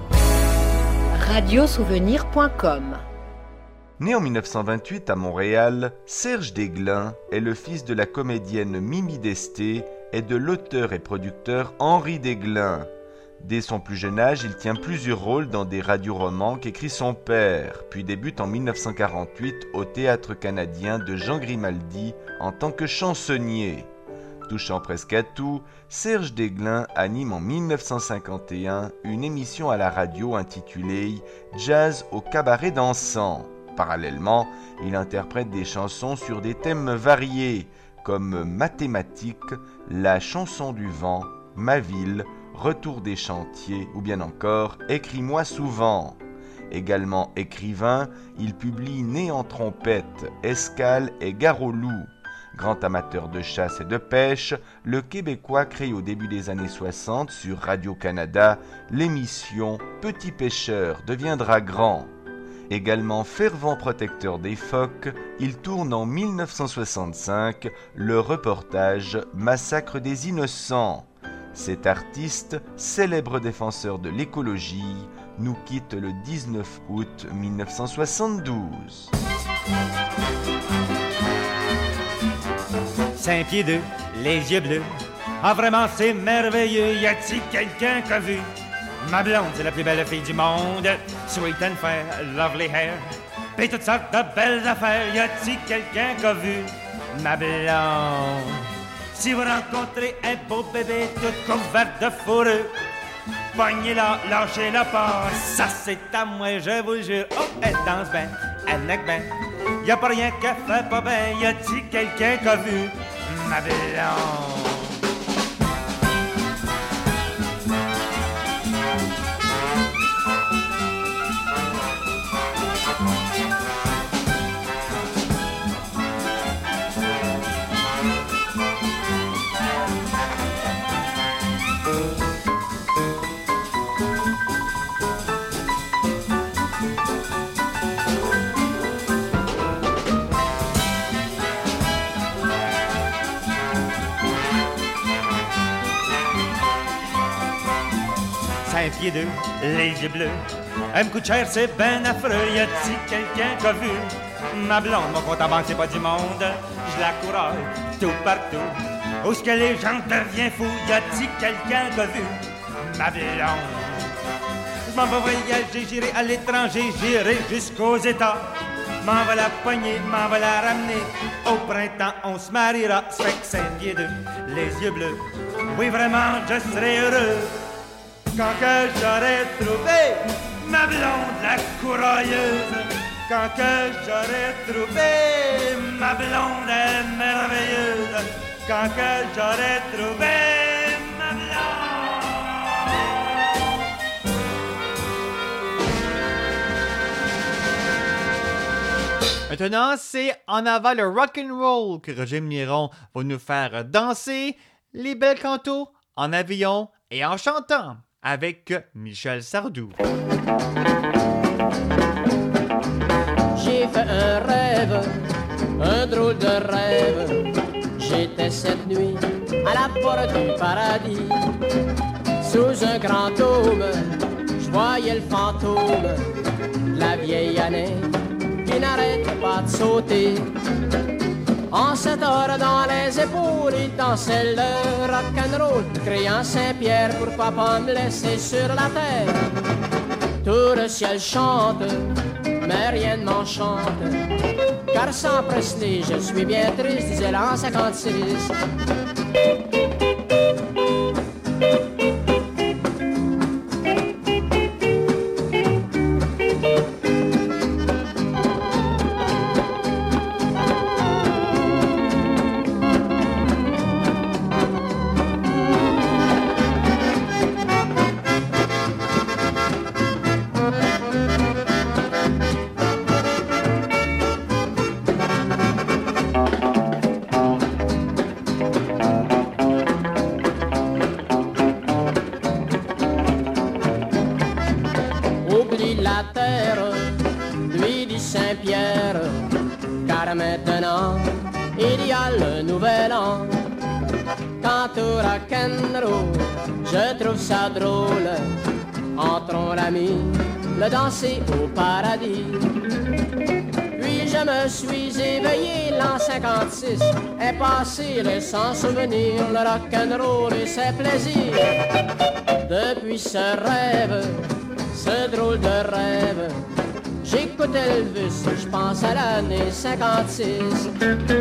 Radiosouvenir.com.
Né en 1928 à Montréal, Serge Desglin est le fils de la comédienne Mimi Desté et de l'auteur et producteur Henri Desglin. Dès son plus jeune âge, il tient plusieurs rôles dans des radioromans qu'écrit son père, puis débute en 1948 au Théâtre canadien de Jean Grimaldi en tant que chansonnier. Touchant presque à tout, Serge Desglin anime en 1951 une émission à la radio intitulée « Jazz au cabaret dansant ». Parallèlement, il interprète des chansons sur des thèmes variés, comme Mathématiques, La chanson du vent, Ma ville, Retour des chantiers ou bien encore Écris-moi souvent. Également écrivain, il publie Né en trompette, Escale et Gare au loup. Grand amateur de chasse et de pêche, le Québécois crée au début des années 60 sur Radio-Canada l'émission Petit pêcheur deviendra grand. Également fervent protecteur des phoques, il tourne en 1965 le reportage Massacre des innocents. Cet artiste, célèbre défenseur de l'écologie, nous quitte le 19 août 1972.
5 pieds 2, les yeux bleus. Ah vraiment c'est merveilleux, y a-t-il quelqu'un qui a vu? Ma blonde, c'est la plus belle fille du monde. Sweet and fair, lovely hair. Pis toutes sortes de belles affaires. Y a-t-il quelqu'un qui a vu ma blonde? Si vous rencontrez un beau bébé tout couvert de fourrure, pognez-la, lâchez-la pas. Ça c'est à moi, je vous jure. Oh, elle danse bien, elle neck bien. Y a pas rien qu'elle fait pas bien. Y a-t-il quelqu'un qui a vu ma blonde? Pieds 2, les yeux bleus. Elle me coûte cher, c'est ben affreux. Y a-t-il quelqu'un qui a vu ma blonde? Mon compte en banque, c'est pas du monde. Je la couraille tout partout. Où est-ce que les gens deviennent fous? Y a-t-il quelqu'un qui a vu ma blonde? Je m'en vais voyager, j'irai à l'étranger, j'irai jusqu'aux États. M'en va la pogner, m'en va la ramener. Au printemps, on se mariera. Ça fait que 5 pieds 2, les yeux bleus. Oui, vraiment, je serai heureux. Quand que j'aurai trouvé ma blonde la courailleuse, quand que j'aurai trouvé ma blonde merveilleuse, quand que j'aurai trouvé ma blonde.
Maintenant, c'est en avant le rock'n'roll que Roger Miron va nous faire danser les belles cantos en avion et en chantant avec Michel Sardou.
J'ai fait un rêve, un drôle de rêve. J'étais cette nuit à la porte du paradis. Sous un grand dôme, je voyais le fantôme de la vieille année qui n'arrête pas de sauter. En 7 heures dans les épaules, il dansait le rock'n'roll, criant Saint-Pierre, pourquoi pas me laisser sur la terre. Tout le ciel chante, mais rien ne m'enchante, car sans Presley, je suis bien triste, disait l'an 56. Oublie la terre, lui dit Saint-Pierre, car maintenant il y a le nouvel an. Quant au rock'n'roll, je trouve ça drôle, entrons l'ami, le danser au paradis. Puis je me suis éveillé l'an 56, est passé le sans souvenir, le rock'n'roll et ses plaisirs. Depuis ce rêve, ce drôle de rêve, j'écoute Elvis, je pense à l'année 56.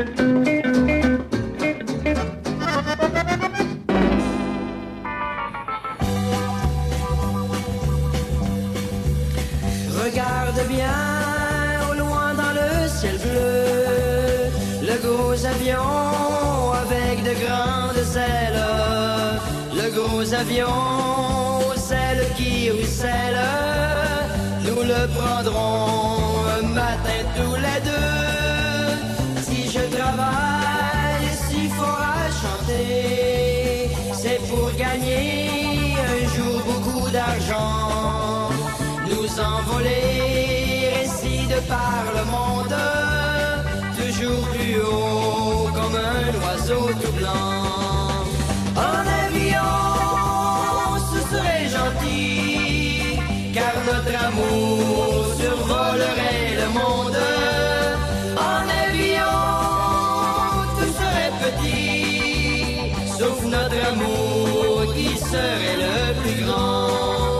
Regarde bien au loin dans le ciel bleu, le gros avion avec de grandes ailes, le gros avion aux ailes qui ruissellent. Nous le prendrons un matin tous les deux. Si je travaille si fort à chanter, c'est pour gagner un jour beaucoup d'argent. Nous envoler ainsi de par le monde, toujours plus haut comme un oiseau tout blanc. En avion, ce serait gentil, car notre amour survolerait le monde. En avion, tout serait petit, sauf notre amour qui serait le plus grand.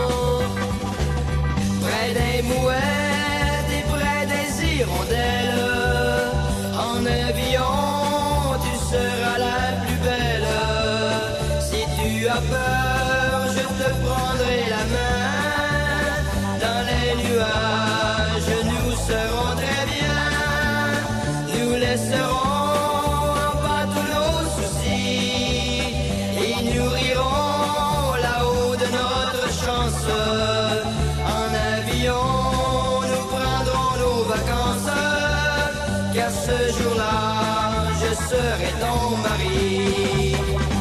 Près des mouettes et près des hirondelles, en avion, tu seras la plus belle. Si tu as peur, je te prendrai la main. Dans les nuages, nous serons très bien. Nous laisserons en bas tous nos soucis et nous rirons là-haut de notre chance. En avion, nous prendrons nos vacances, car ce jour-là, je serai ton mari.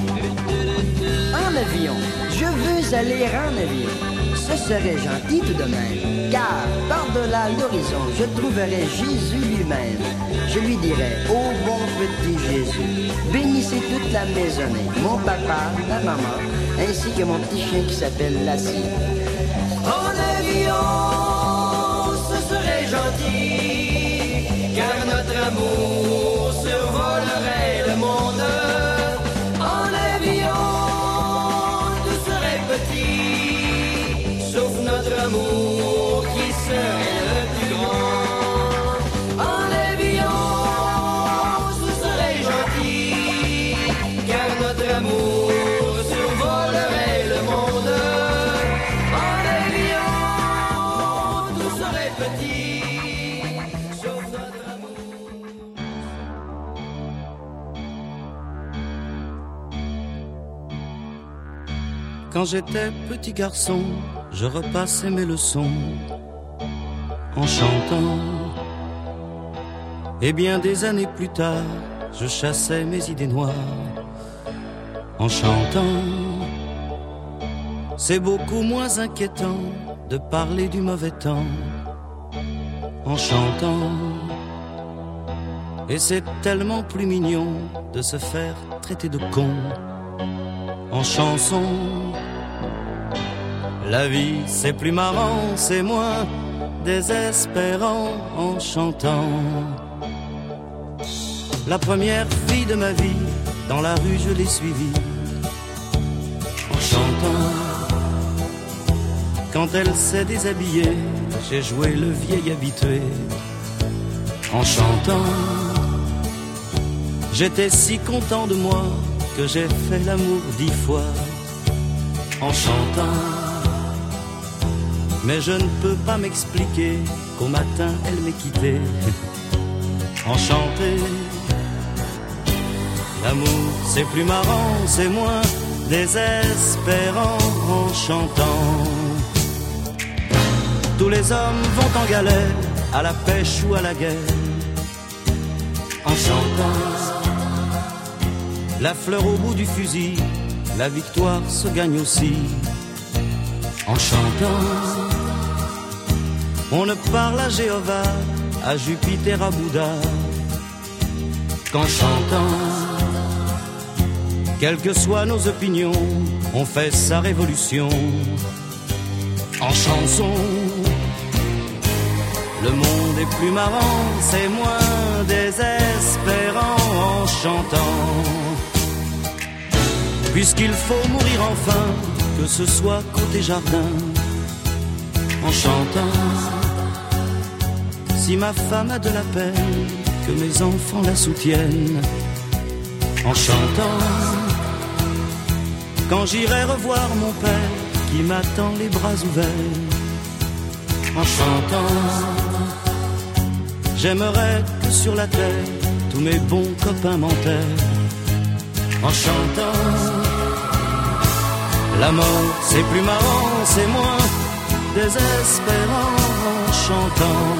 En avion, je veux aller en avion. Ce serait gentil tout de même, car par-delà l'horizon, je trouverai Jésus lui-même. Je lui dirai, ô bon petit Jésus, bénissez toute la maisonnée, mon papa, ma maman, ainsi que mon petit chien qui s'appelle Lassie.
En avion, ce serait gentil, car notre amour survolerait le monde. En avion, tout serait petit, sauf notre amour qui serait le plus grand. En avion, ce serait gentil, car notre amour survolerait le monde. En avion, tout serait petit, sauf notre amour.
Quand j'étais petit garçon, je repassais mes leçons en chantant. Et bien des années plus tard, je chassais mes idées noires en chantant. C'est beaucoup moins inquiétant de parler du mauvais temps en chantant. Et c'est tellement plus mignon de se faire traiter de con en chanson. La vie c'est plus marrant, c'est moins désespérant en chantant. La première fille de ma vie, dans la rue je l'ai suivie en chantant. Quand elle s'est déshabillée, j'ai joué le vieil habitué en chantant. J'étais si content de moi que j'ai fait l'amour 10 fois en chantant. Mais je ne peux pas m'expliquer qu'au matin elle m'ait quitté. Enchanté, l'amour c'est plus marrant, c'est moins désespérant en chantant. Tous les hommes vont en galère, à la pêche ou à la guerre, en chantant. La fleur au bout du fusil, la victoire se gagne aussi en chantant. On ne parle à Jéhovah, à Jupiter, à Bouddha qu'en chantant. Quelles que soient nos opinions, on fait sa révolution en chanson. Le monde est plus marrant, c'est moins désespérant en chantant. Puisqu'il faut mourir enfin, que ce soit côté jardin, en chantant. Si ma femme a de la peine, que mes enfants la soutiennent, en chantant. Quand j'irai revoir mon père, qui m'attend les bras ouverts, en chantant. J'aimerais que sur la terre, tous mes bons copains m'enterrent, en chantant. La mort c'est plus marrant, c'est moins désespérant en chantant.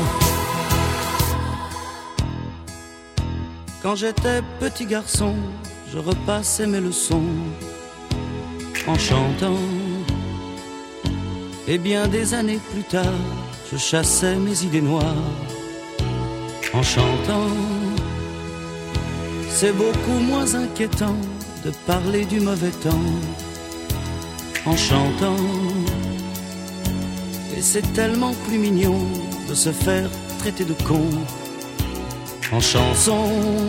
Quand j'étais petit garçon, je repassais mes leçons en chantant. Et bien des années plus tard, je chassais mes idées noires en chantant. C'est beaucoup moins inquiétant de parler du mauvais temps en chantant. Et c'est tellement plus mignon de se faire traiter de con en chanson.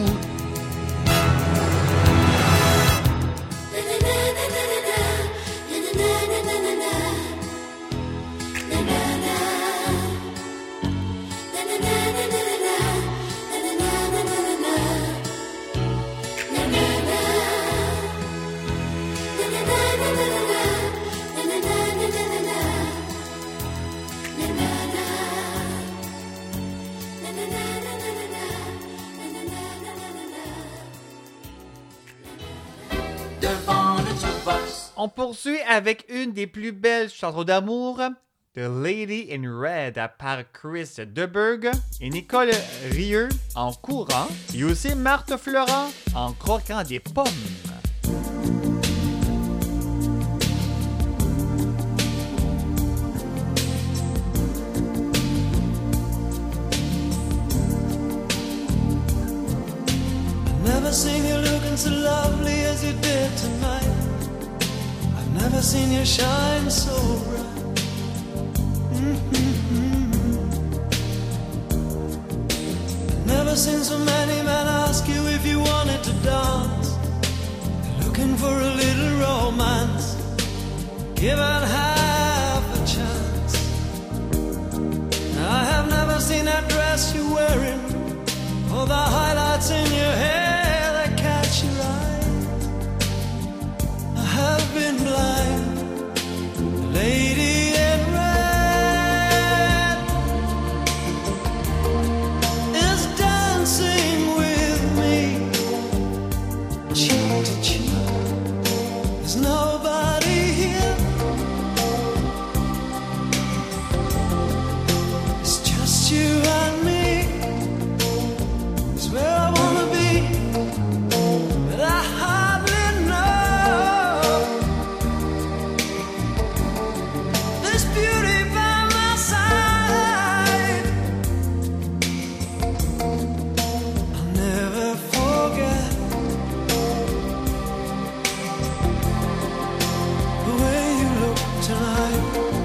On poursuit avec une des plus belles chansons d'amour, The Lady in Red, par Chris DeBerg et Nicole Rieu en courant, et aussi Marthe Florent en croquant des pommes.
Never seen you looking so lovely as you did tonight. I've never seen you shine so bright. Never seen so many men ask you if you wanted to dance. Looking for a little romance, given half a chance. I have never seen that dress you're wearing, or the highlights in your hair that catch your eye. I have been blind, the lady in red is dancing with me, cheek to cheek. There's nobody here, it's just you and me. It's where I wanna be, but I hardly know. This beauty by my side, I'll never forget the way you look tonight.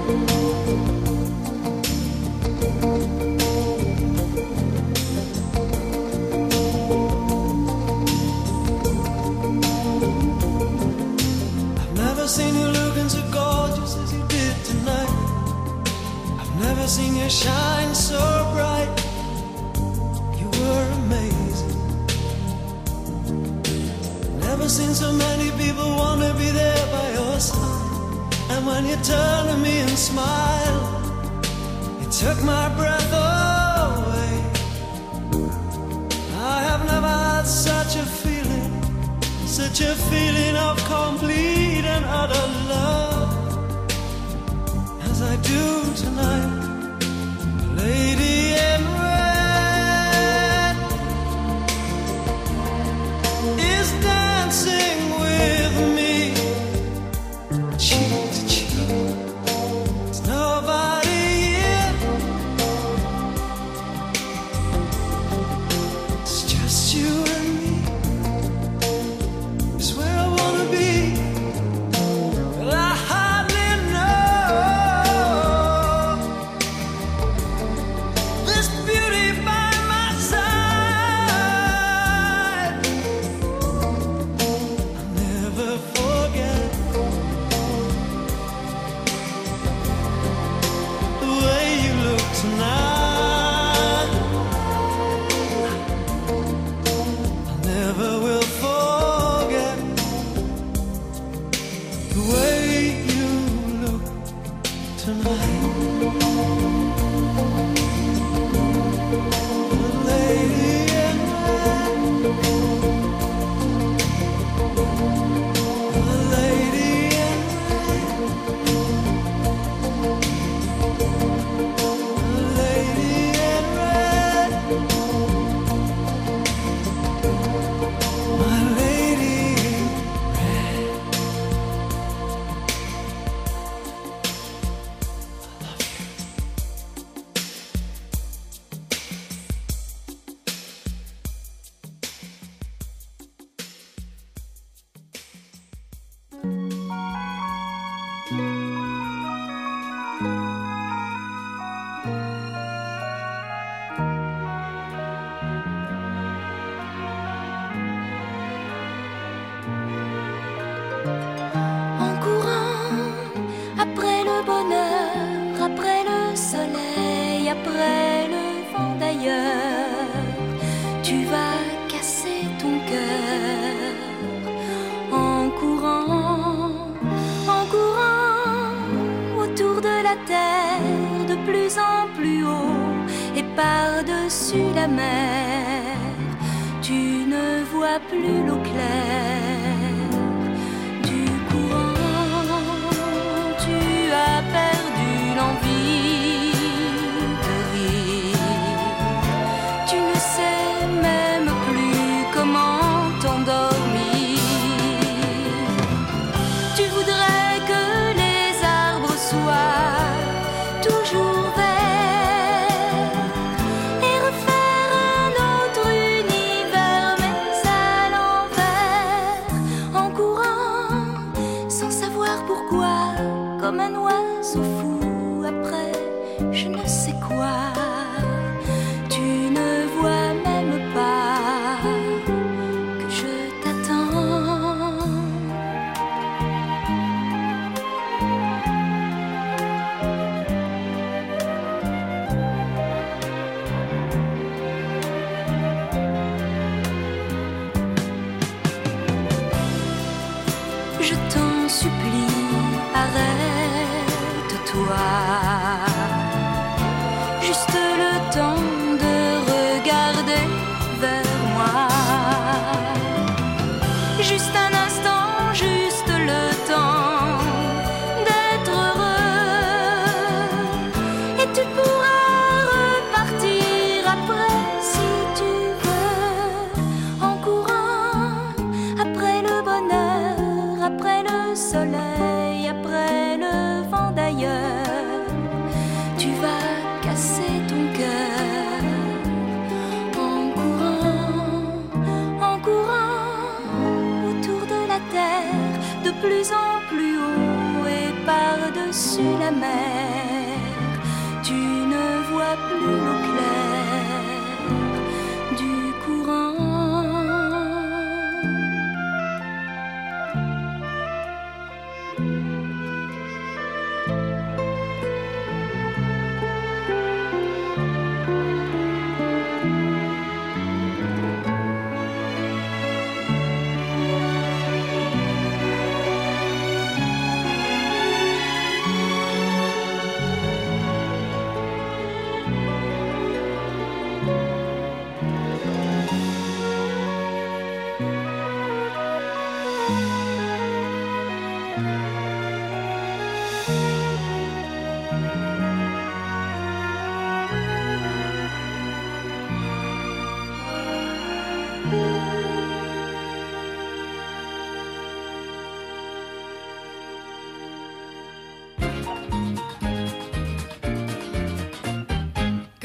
Never seen you looking so gorgeous as you did tonight. I've never seen you shine so bright. You were amazing. Never seen so many people want to be there by your side. And when you turn to me and smile, it took my breath away. I have never had such a feeling of complete and utter love as I do tonight. Lady in red is dancing with me, cheek to cheek. There's nobody here, it's just you and me. It's where I wanna be, but I hardly know this beauty by my side. I'll never forget the way you look tonight. I never will forget the way you look tonight. The lady in red, the lady in red, the lady in red, my lady in red.
En courant après le bonheur, après le soleil, après le vent d'ailleurs, tu vas casser ton cœur. En courant autour de la terre, de plus en plus haut et par-dessus la mer, tu ne vois plus l'eau claire du courant. Tu as perdu l'envie de rire. Tu ne sais même plus comment t'endormir. Tu voudrais que les arbres soient toujours verts et refaire un autre univers, mais à l'envers. En courant, sans savoir pourquoi, comme un oiseau fou après je ne sais quoi. Tu ne vois même pas que je t'attends. Je t'en supplie, arrête-toi. Juste le temps de regarder vers moi. Juste un instant, juste le temps d'être heureux. Et tu pourras repartir après si tu veux. En courant après le bonheur, après le soleil, après le vent d'ailleurs, tu vas casser ton cœur. En courant autour de la terre, de plus en plus haut et par-dessus la mer, tu ne vois plus l'eau claire du courant.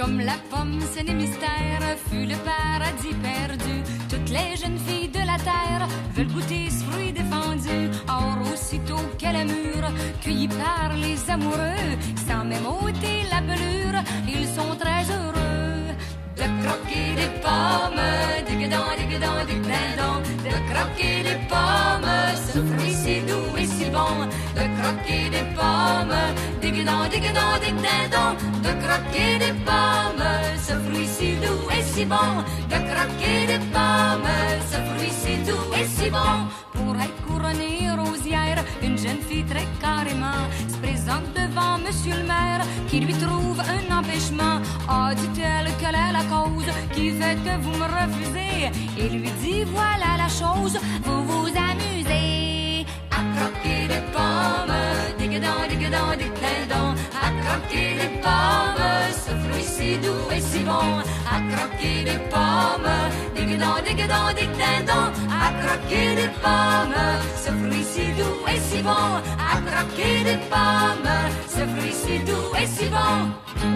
Comme la pomme, ce n'est mystère, fut le paradis perdu. Toutes les jeunes filles de la terre veulent goûter ce fruit défendu. Or, aussitôt qu'elle est mûre, cueillie par les amoureux, sans même ôter la pelure, ils sont très heureux de croquer des pommes, diggadon, diggadon, diggadon, de croquer des pommes, ce fruit si doux et si bon, de croquer des pommes, diggadon, diggadon, diggadon, de croquer des pommes, ce fruit si doux et si bon, de croquer des pommes, ce fruit si doux et si bon. Pour être couronnée rosière, une jeune fille très carrément se présente devant monsieur le maire qui lui trouve un empêchement. Ah, dit-elle, quelle est la cause qui fait que vous me refusez? Et lui dit, voilà la chose, vous vous amusez à croquer des pommes, diggadon, diggadon, diggadon, à croquer des pommes, ce fruit si doux et si bon, à croquer des pommes, diggadon, diggadon, diggadon, à croquer des pommes, ce fruit si doux et si bon, à croquer des pommes, ce fruit si doux et si bon.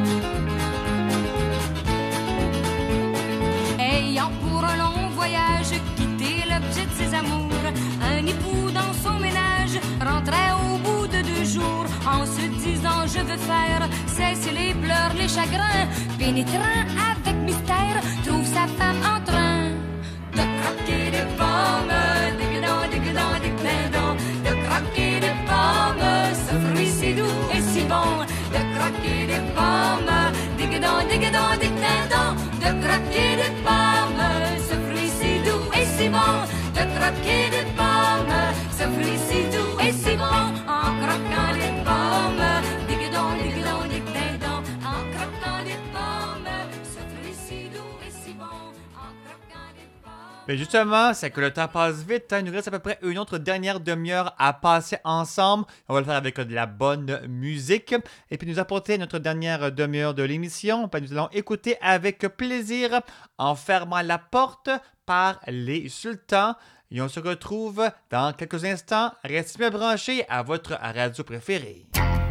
Ayant pour un long voyage quitté l'objet de ses amours, un époux dans son ménage rentrait au bout de 2 jours en se disant je veux faire cesser les pleurs, les chagrins. Pénétrant avec mystère, trouve sa femme en train de croquer des pommes, diggadon, diggadon, diggadon, de croquer des pommes, ce fruit si doux et si bon, de croquer des pommes, diggadon, diggadon, diggadon, de croquer des pommes, ce fruit si doux et si bon, de croquer des pommes, ce fruit si doux et si bon, en croquant des pommes, diggadon, diggadon, diggadon, en croquant des pommes, ce fruit si doux et si bon, en croquant des pommes.
Mais justement, c'est que le temps passe vite. Il nous reste à peu près une autre dernière demi-heure à passer ensemble. On va le faire avec de la bonne musique. Et puis nous apporter notre dernière demi-heure de l'émission. Nous allons écouter avec plaisir En fermant la porte par les Sultans. Et on se retrouve dans quelques instants. Restez bien branchés à votre radio préférée.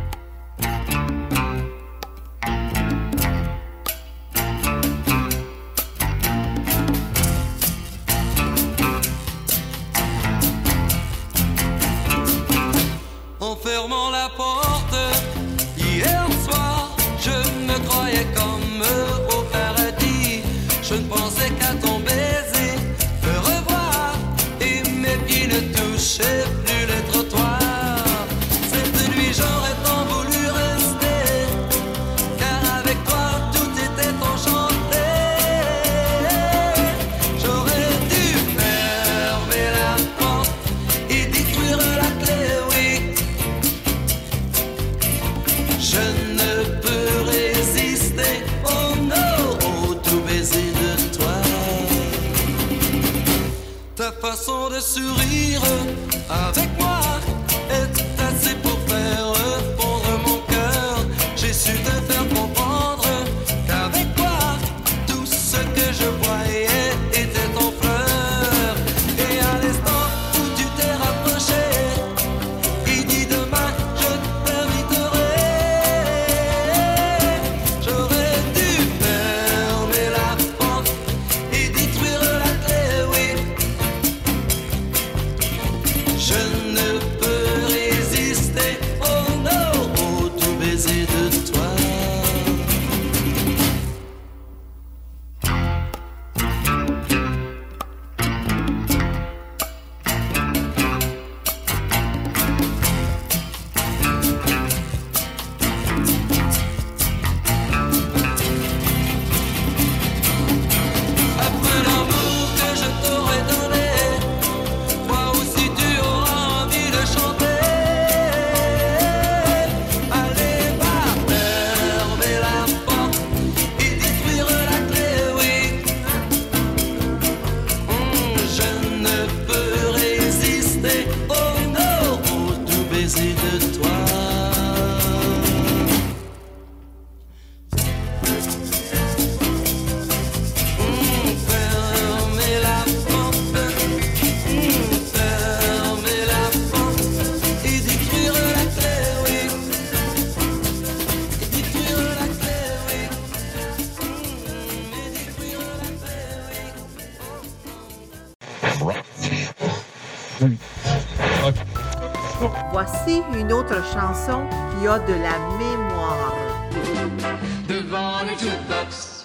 En fermant la porte, hier soir, je me croyais comme au paradis. Je ne pensais qu'à ton baiser, te revoir, et mes pieds ne touchaient plus le trottoir. Cette nuit, j'aurais tant voulu rester, car avec toi, tout était enchanté. J'aurais dû fermer la porte et détruire la clé, oui. Je ne peux résister, oh non, au doux baiser de toi. Ta façon de sourire avec moi est assez pour faire fondre mon cœur. J'ai su te faire comprendre qu'avec toi, tout ce que je voyais était ton fleur. Et à l'instant où tu t'es rapproché, il dit demain je t'inviterai. J'aurais dû fermer la porte et détruire la clé, oui. Je
Voici une autre chanson qui a de la mémoire.
Devant le jukebox,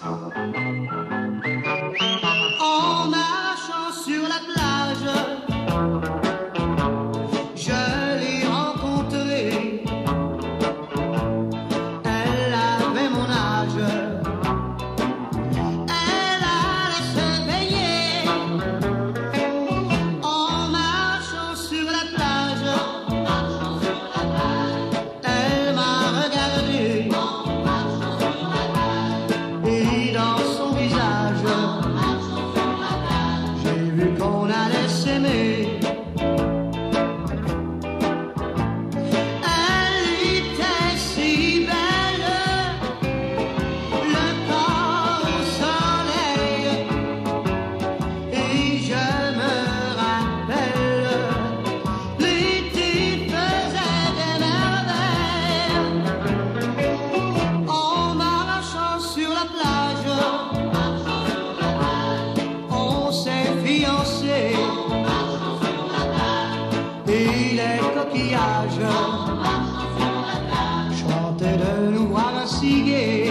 en marchant sur la plage, je l'ai rencontrée. Elle avait mon âge. Elle allait se baigner. En marchant sur la plage, elle m'a regardé. Et dans son visage, j'ai vu qu'on allait s'aimer. Elle était si belle, le corps au soleil. Et je me rappelle, l'été faisait des merveilles. En marchant sur la plage, on s'est fiancés. Et les coquillages chantaient de nous voir ainsi gais.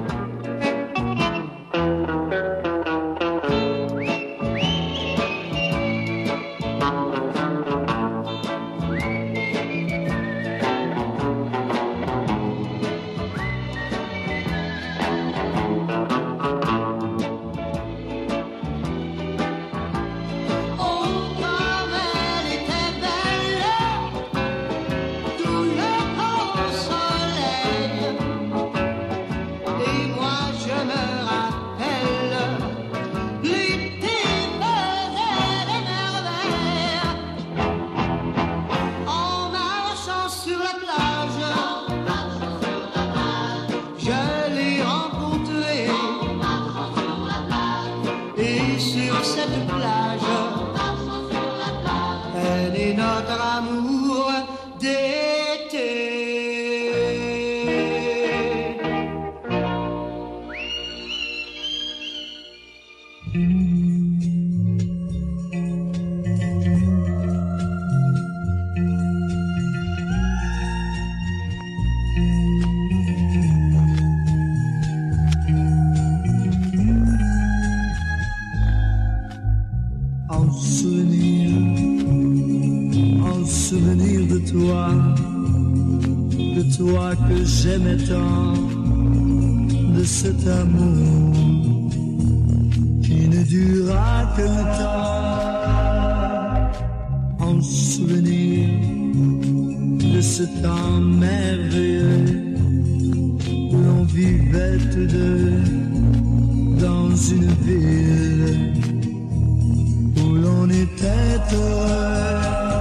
Oh, comme elle était belle, tout le corps au soleil. Et moi je me rappelle, l'été faisait des merveilles. En marchant sur la plage, je l'ai rencontrée. Et sur cette plage, elle est notre amour d'été.
En souvenir de toi que j'aimais tant, de cet amour qui ne dura que le temps. En souvenir de ce temps merveilleux où l'on vivait tous deux dans une ville où l'on était heureux.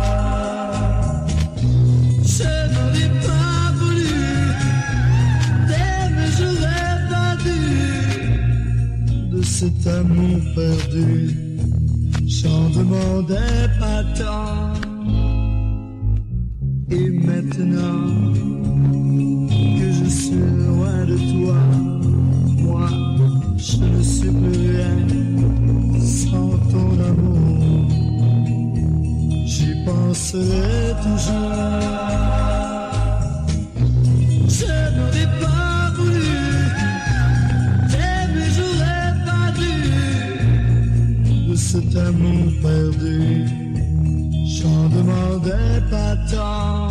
Je n'aurais pas voulu t'aimer, j'aurais pas dû. De cet amour perdu, j'en demandais pas tant. Et maintenant que je suis loin de toi, moi je ne suis plus rien sans ton amour. J'y penserai toujours. Je n'aurais pas voulu t'aimer, j'aurais pas dû. De cet amour perdu, j'en demandais pas tant.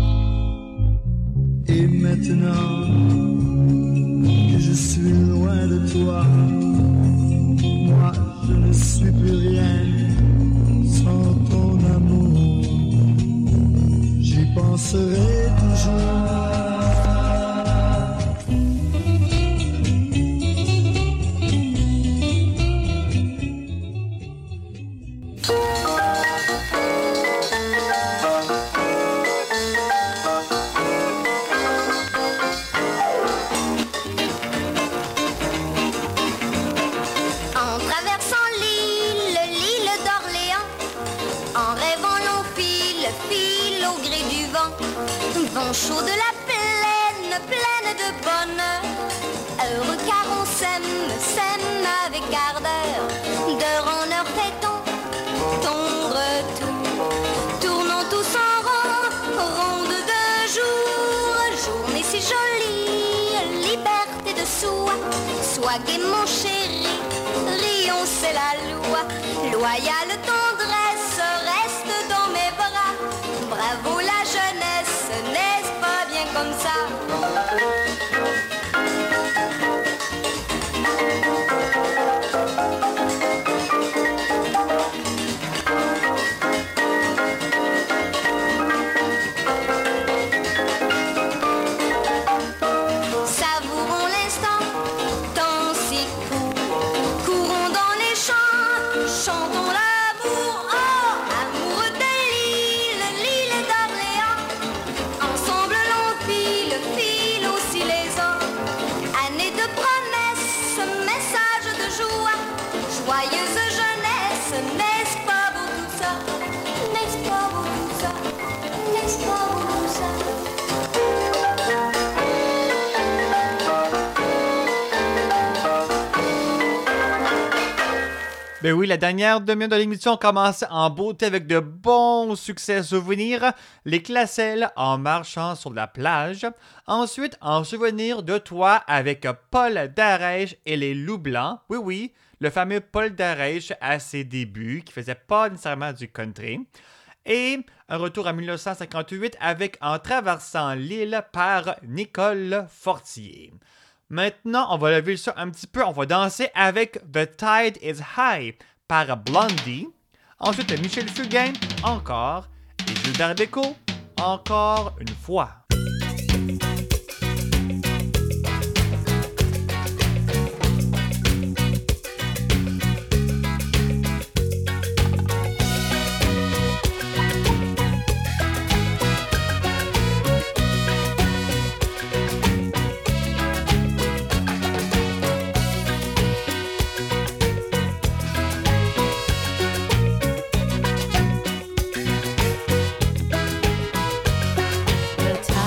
Et maintenant que je suis loin de toi, moi je ne suis plus rien sans ton amour. J'y penserai toujours.
En traversant l'île d'Orléans, en rêvant l'on file au gré du vent, vent chaud de la plaine, pleine de bonheur, heureux car on s'aime avec ardeur, d'heure en heure fait ton retour, tournons tous en rond, joie. Sois gai mon chéri, rions c'est la loi. Loyale tendresse, reste dans mes bras. Bravo la jeunesse, n'est-ce pas bien comme ça?
Ben oui, la dernière demi-heure de l'émission commence en beauté avec de bons succès souvenirs. Les Classelles en marchant sur la plage. Ensuite, en souvenir de toi avec Paul Darèche et les Loups Blancs. Oui, oui, le fameux Paul Darèche à ses débuts, qui faisait pas nécessairement du country. Et un retour en 1958 avec En traversant l'île par Nicole Fortier. Maintenant, on va lever ça un petit peu. On va danser avec The Tide is High par Blondie. Ensuite, Michel Fugain, encore. Et Gilbert Bécaud, encore une fois.
The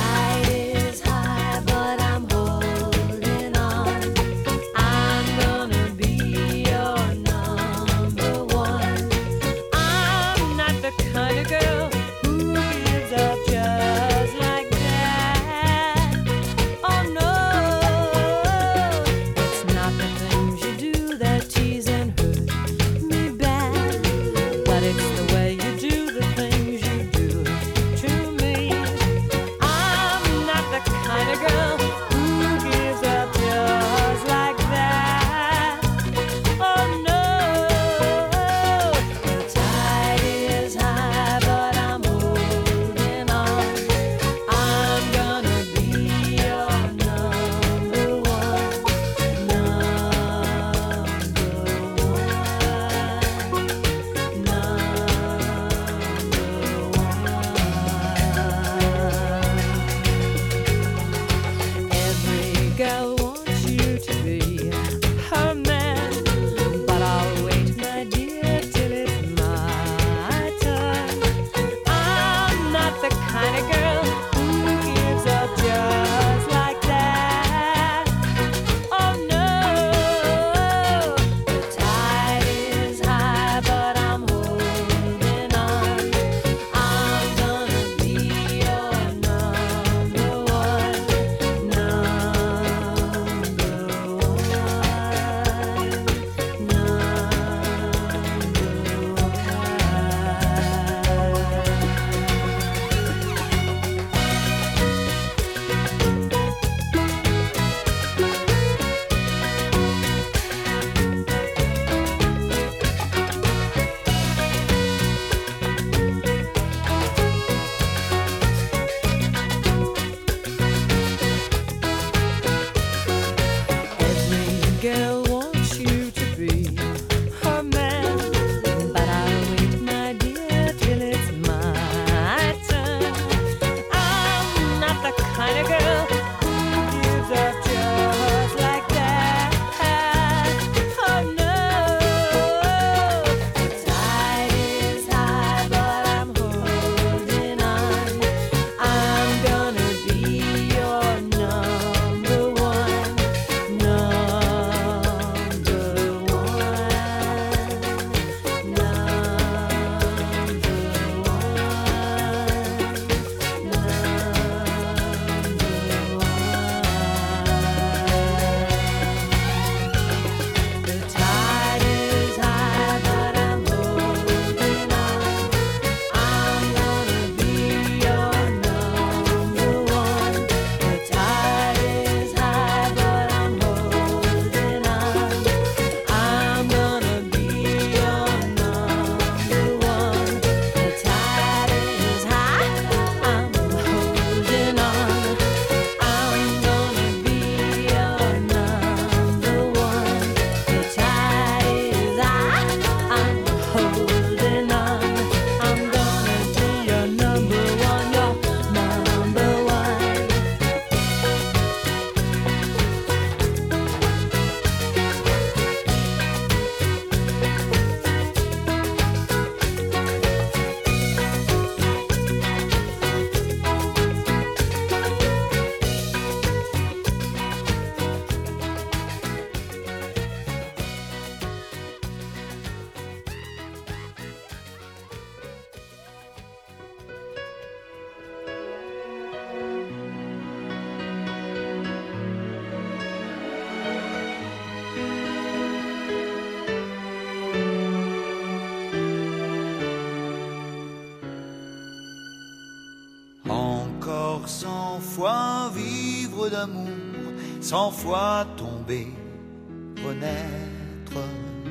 d'amour, 100 fois tomber, renaître.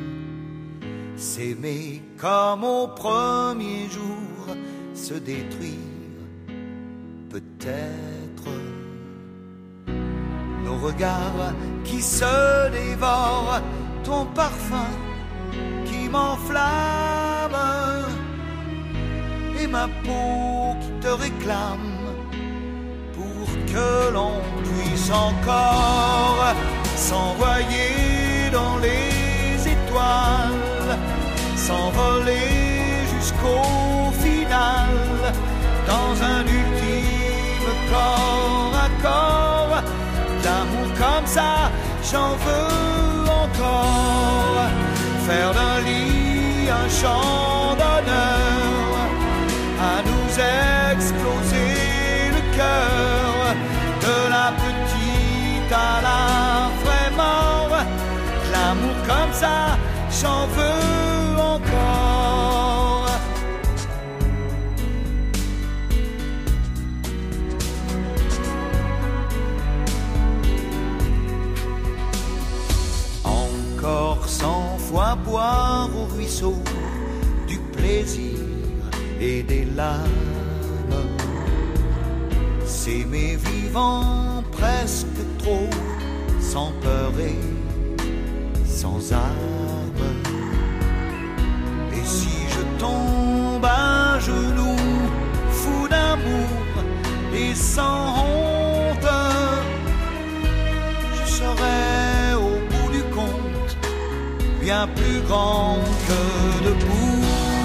S'aimer comme au premier jour, se détruire peut-être. Nos regards qui se dévorent, ton parfum qui m'enflamme, et ma peau qui te réclame, pour que l'on puisse encore s'envoyer dans les étoiles, s'envoler jusqu'au final, dans un ultime corps à corps. L'amour comme ça, j'en veux encore. Faire d'un lit un champ d'honneur, à nous exploser le cœur, de la petite à la vraie mort. L'amour comme ça, j'en veux encore. Encore 100 fois boire au ruisseau du plaisir et des larmes, s'aimer vivant presque trop, sans peur et sans armes. Et si je tombe à genoux, fou d'amour et sans honte, je serai au bout du compte bien plus grand que debout,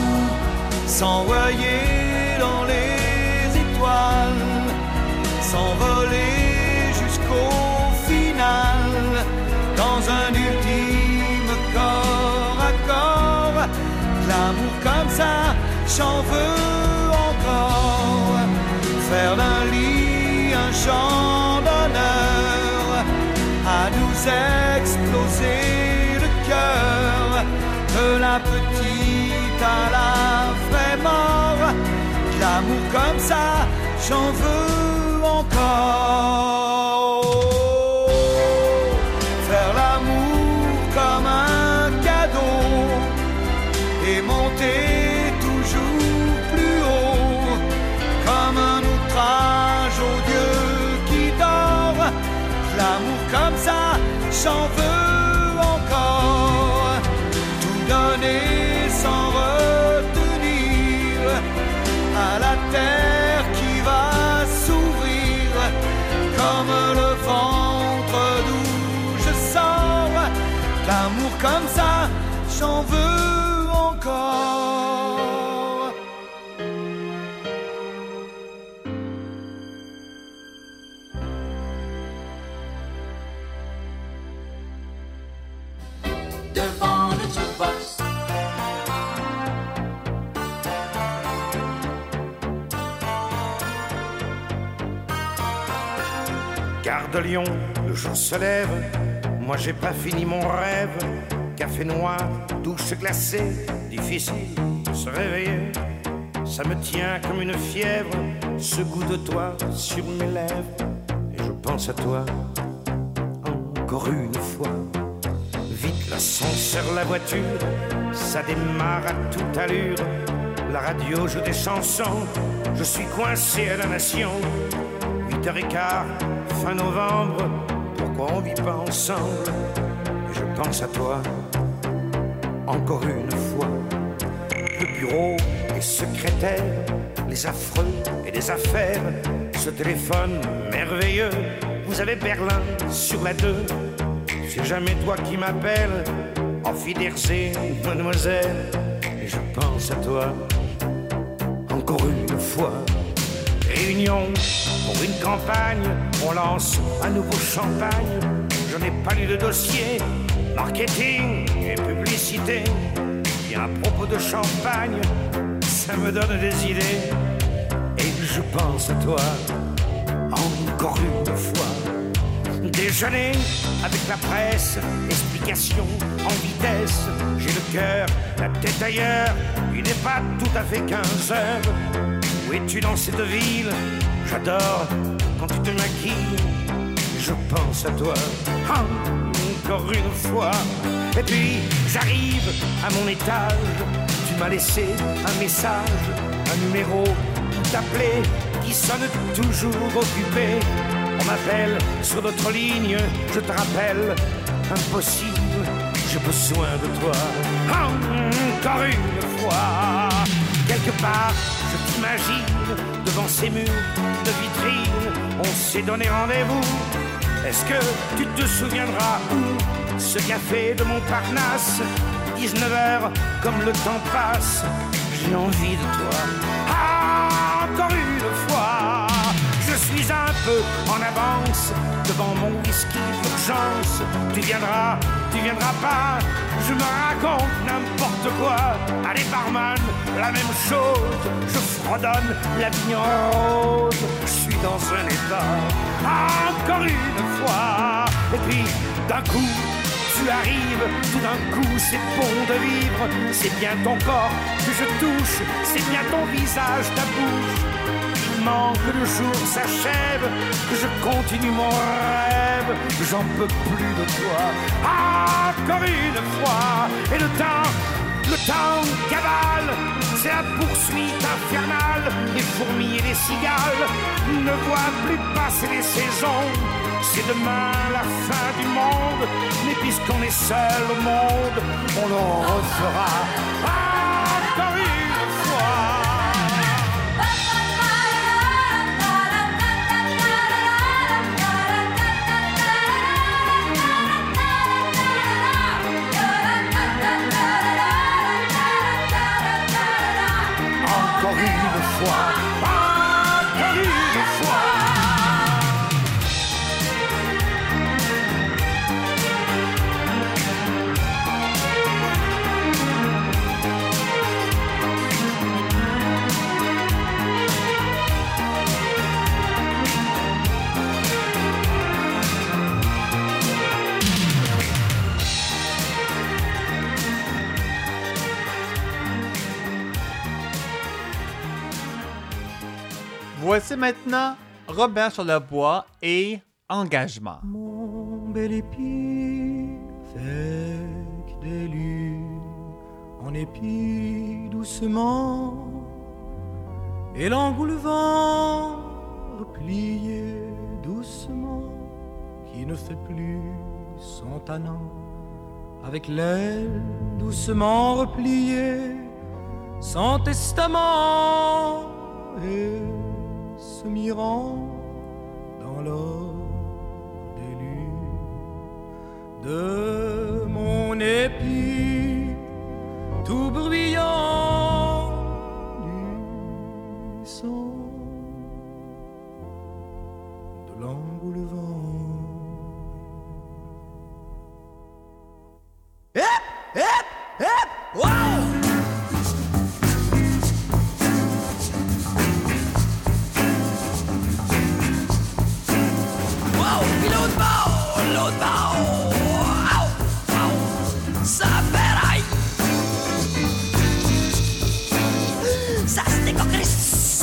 s'envoyer dans les étoiles, s'envoler jusqu'au final, dans un ultime corps à corps. L'amour comme ça, j'en veux encore. Faire d'un lit un champ d'honneur, à nous exploser le cœur, de la petite à la vraie mort. L'amour comme ça, j'en veux encore. Faire l'amour comme un cadeau et monter toujours plus haut, comme un outrage au Dieu qui dort. L'amour comme ça, j'en veux encore. Tout donner sans retenir, à la terre qui va s'ouvrir, comme le ventre d'où je sors. L'amour comme ça, j'en veux encore.
Devant le jukebox,
Gare de Lyon, le jour se lève, moi j'ai pas fini mon rêve. Café noir, douche glacée, difficile de se réveiller. Ça me tient comme une fièvre, ce goût de toi sur mes lèvres. Et je pense à toi, encore une fois. Vite l'ascenseur, la voiture, ça démarre à toute allure. La radio joue des chansons, je suis coincé à la Nation. 8h15, fin novembre, pourquoi on vit pas ensemble? Et je pense à toi, encore une fois. Le bureau, les secrétaires, les affreux et les affaires, ce téléphone merveilleux, vous avez Berlin sur la 2. C'est jamais toi qui m'appelles, auf Wiedersehen, mademoiselle. Et je pense à toi, encore une fois. Réunion pour une campagne, on lance un nouveau champagne. Je n'ai pas lu de dossier, marketing et publicité. Et à propos de champagne, ça me donne des idées. Et je pense à toi, encore une fois. Déjeuner avec la presse, explication en vitesse. J'ai le cœur, la tête ailleurs, il n'est pas tout à fait 15 heures. Où es-tu dans cette ville? J'adore quand tu te maquilles. je pense à toi, encore une fois. Et puis j'arrive à mon étage, tu m'as laissé un message, un numéro d'appeler qui sonne toujours occupé. On m'appelle sur notre ligne, je te rappelle, impossible, j'ai besoin de toi, encore une fois. Quelque part, je t'imagine, devant ces murs de vitrine, on s'est donné rendez-vous. Est-ce que tu te souviendras où ce café de Montparnasse, 19h, comme le temps passe, j'ai envie de toi, encore une fois. Je suis un peu en avance devant mon whisky d'urgence. Tu viendras pas, je me raconte n'importe quoi. Allez barman, la même chose, je fredonne la vigne en rose. Je suis dans un état, encore une fois. Et puis d'un coup, tu arrives, tout d'un coup c'est bon de vivre. C'est bien ton corps que je touche, c'est bien ton visage, ta bouche. Que le jour s'achève, que je continue mon rêve, j'en peux plus de toi, encore une fois. Et le temps cavale, c'est la poursuite infernale. Les fourmis et les cigales ne voient plus passer les saisons. C'est demain la fin du monde, mais puisqu'on est seul au monde, on le refera encore une fois.
Voici maintenant Robert sur le bois et Engagement.
Mon bel épi avec des lunes en épi doucement et l'engoulevent replié doucement qui ne fait plus son tannant avec l'aile doucement repliée son testament et se mirant dans l'or des lunes de mon épi tout bruyant du son de l'engoulevent. Hep, hep, hep, wow! L'autre bord, ça ferraille, ça se décocrisse,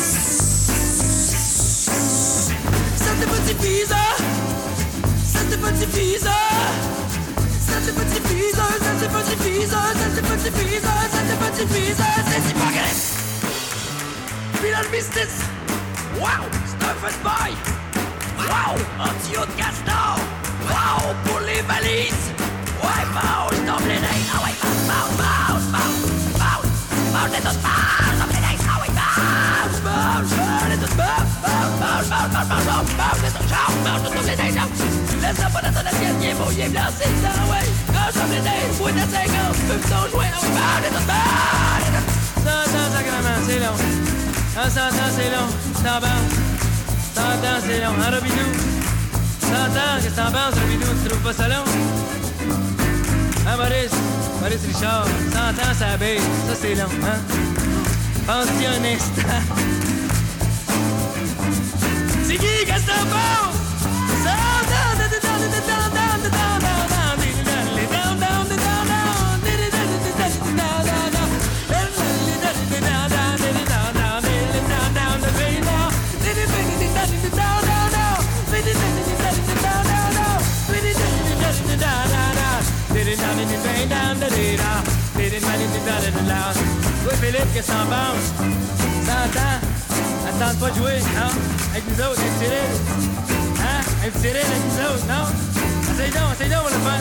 ça te petit-fils, ça te petit-fils, ça te petit-fils, ça te petit-fils, ça te petit-fils, ça te petit-fils, c'est hypocrite. Puis dans le business, wow, c'est un fun boy. Wow, un tuyau de castor. Wow, pour les valises. Ouais, mange, tombe les nains. Ah ouais, mange, les toutes mange, tombe les nains. Ah ouais, mange, les toutes mange, les toutes tombe les nains. Laisse ça pas dans ton assiette, il est beau, il est blanc, c'est le temps, ouais. Mange, tombe les nains, fouille de 50, fume ton joint. Ah ouais, mange, les toutes mange. 100 ans, sacrément, c'est long. 100 ans, c'est long, t'en bandes. 100 ans, c'est long, un Robidou. 100 ans, qu'est-ce que t'en penses, Robidou? Tu trouves pas ça long? Hein, Maurice Richard, 100 ans, ça baisse. Ça, c'est long, hein? Pense-y un instant. C'est qui, qu'est-ce que t'en penses? 100 ans,
Philippe, qu'est-ce que t'en penses? Ça entend? Elle tente pas de jouer, non? Avec nous autres, avec Cyril? Hein? Avec Cyril, avec nous autres, non? Essaye donc, pour le fun.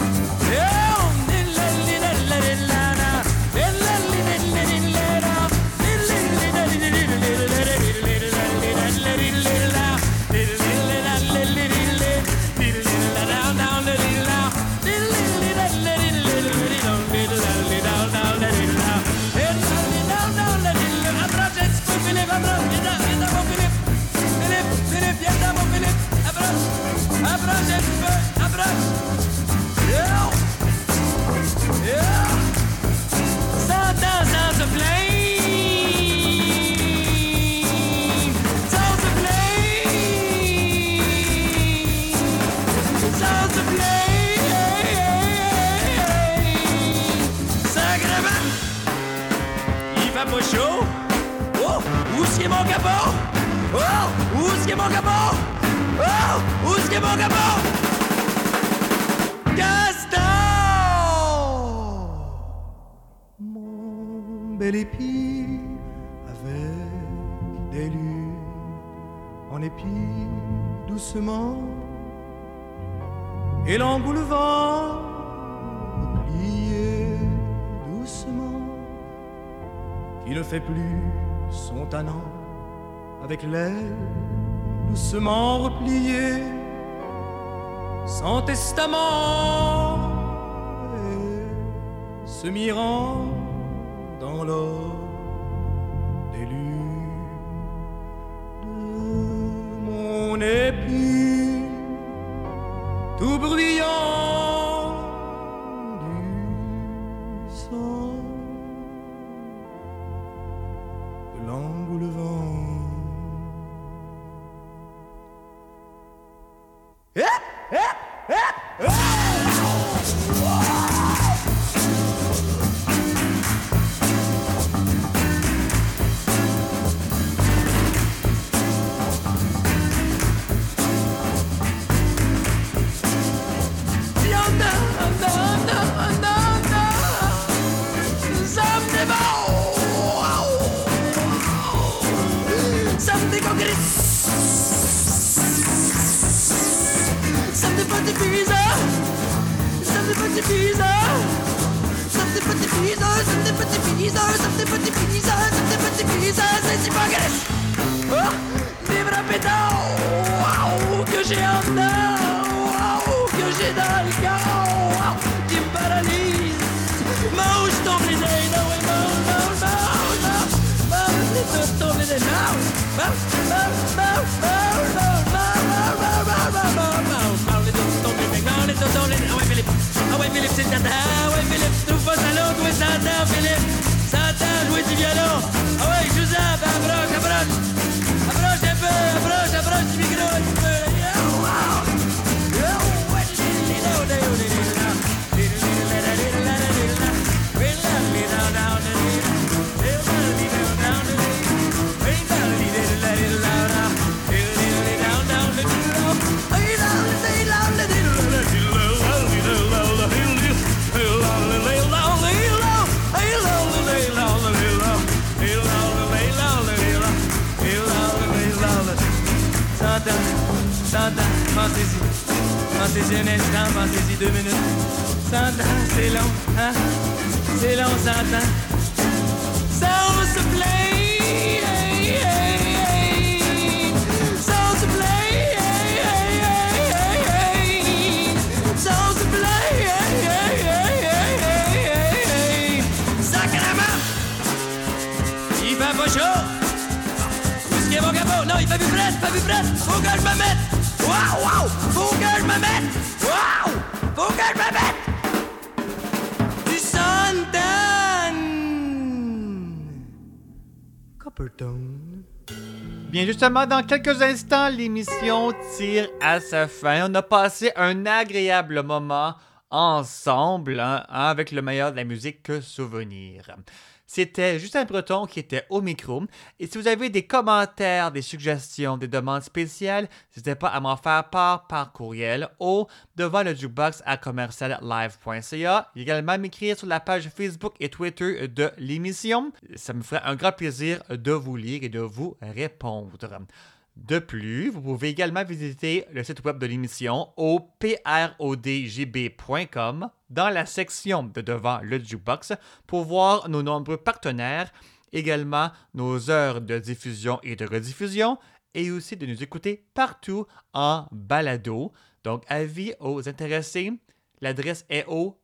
Approche un petit peu, approche. Yeah. 100 ans sans se plaindre. Sans se plaindre. Sans se plaindre. Sacrément. Il fait pas chaud. Oh, où est-ce qu'il est mon capot? Oh, où est-ce qu'il est mon capot? Oh! Où est-ce qu'il est mon capot? Gaston!
Mon bel épi avec des lunes en épi doucement et l'embout le vent plié doucement qui ne fait plus son tannant avec l'aile doucement replié, sans testament, et se mirant dans l'or des lunes de mon épi, tout bruyant du sang de l'embout le vent. Que j'ai en dedans, que j'ai dans le corps, qui me paralyse. Mange ton blé, mange ton blé, ah ouais Philippe, c'est tata, ah ouais Philippe, trouve pas ça l'autre, ouais ça entend Philippe, ça entend jouer du violon, ah ouais je vous en, approche un peu, approche du micro un petit peu, Pensez-y un instant, pensez-y 2 minutes. 100 ans, c'est long, hein? C'est long, 100 ans. Sans se plaindre, sans se plaindre, sans se plaindre. Sacrément! Il fait pas chaud. Où est-ce qu'il y a mon capot? Non, il fait plus près, Faut que je me mette. Wow! Faut que je me mette! Wow! Faut que je me mette! Du Sundown! Coppertone.
Bien justement, dans quelques instants, l'émission tire à sa fin. On a passé un agréable moment ensemble, avec le meilleur de la musique que souvenir. C'était Justin Breton qui était au micro. Et si vous avez des commentaires, des suggestions, des demandes spéciales, n'hésitez pas à m'en faire part par courriel au devantledukebox@commerciallive.ca. Également m'écrire sur la page Facebook et Twitter de l'émission. Ça me ferait un grand plaisir de vous lire et de vous répondre. De plus, vous pouvez également visiter le site web de l'émission au prodjb.com dans la section de Devant le Jukebox pour voir nos nombreux partenaires, également nos heures de diffusion et de rediffusion, et aussi de nous écouter partout en balado. Donc, avis aux intéressés, l'adresse est au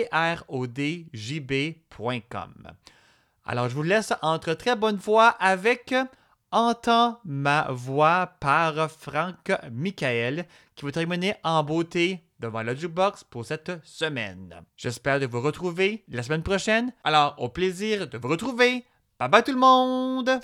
prodjb.com. Alors, je vous laisse entre très bonne voix avec Entends ma voix par Franck Michael, qui va terminer en beauté devant le Jukebox pour cette semaine. J'espère de vous retrouver la semaine prochaine. Alors, au plaisir de vous retrouver. Bye bye tout le monde!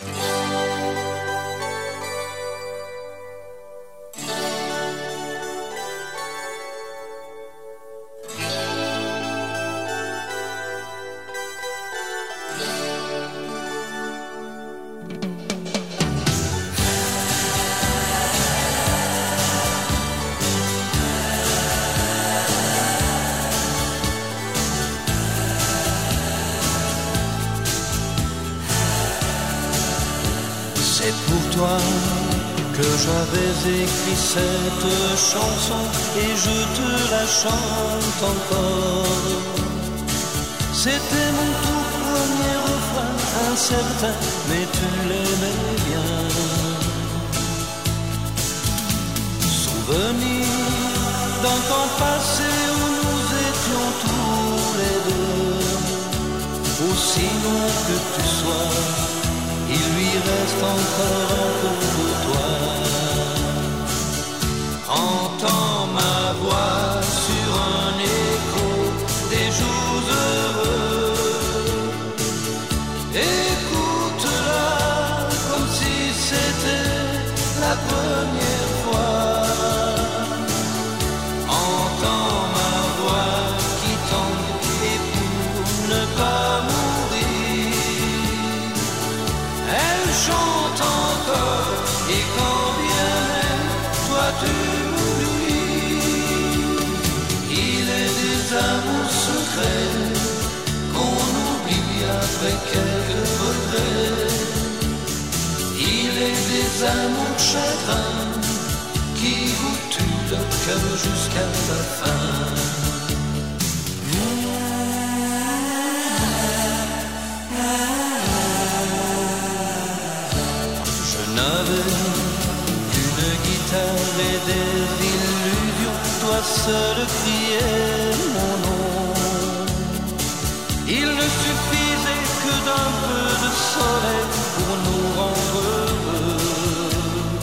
Que j'avais écrit cette chanson et je te la chante encore. C'était mon tout premier refrain, incertain, mais tu l'aimais bien. Souvenir d'un temps passé où nous étions tous les deux. Aussi loin que tu sois, il lui reste encore un peu de toi. Entends ma voix sur un écho des jours heureux. Écoute-la comme si c'était la première fois. Entends ma voix qui tombe et pour ne pas mourir, elle chante encore, et quand bien même toi tu m'oublies, il est des amours secrets qu'on oublie après quelques regrets. Il est des amours chagrins qui vous tuent le cœur jusqu'à la fin. N'avais qu'une guitare et des illusions, toi seul criais mon nom. Il ne suffisait que d'un peu de soleil pour nous rendre heureux.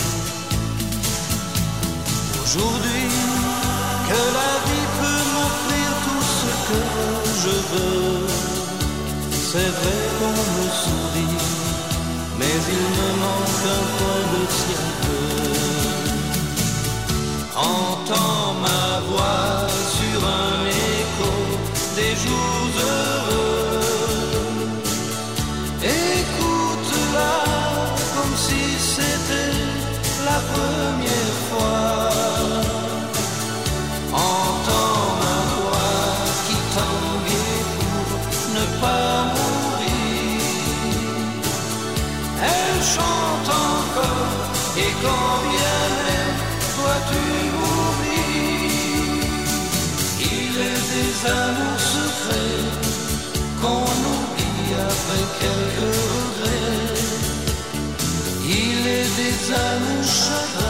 Aujourd'hui, que la vie peut m'offrir tout ce que je veux, c'est vrai qu'on me sourit, mais il me manque un coin de ciel bleu. Entends ma voix sur un écho des jours heureux. Écoute-la comme si c'était la première fois. Entends ma voix qui tanguait pour ne pas mourir. Elle chante encore, et quand bien même toi tu m'oublies, il est des amours secrets qu'on oublie après quelques regrets. Il est des amours chagrins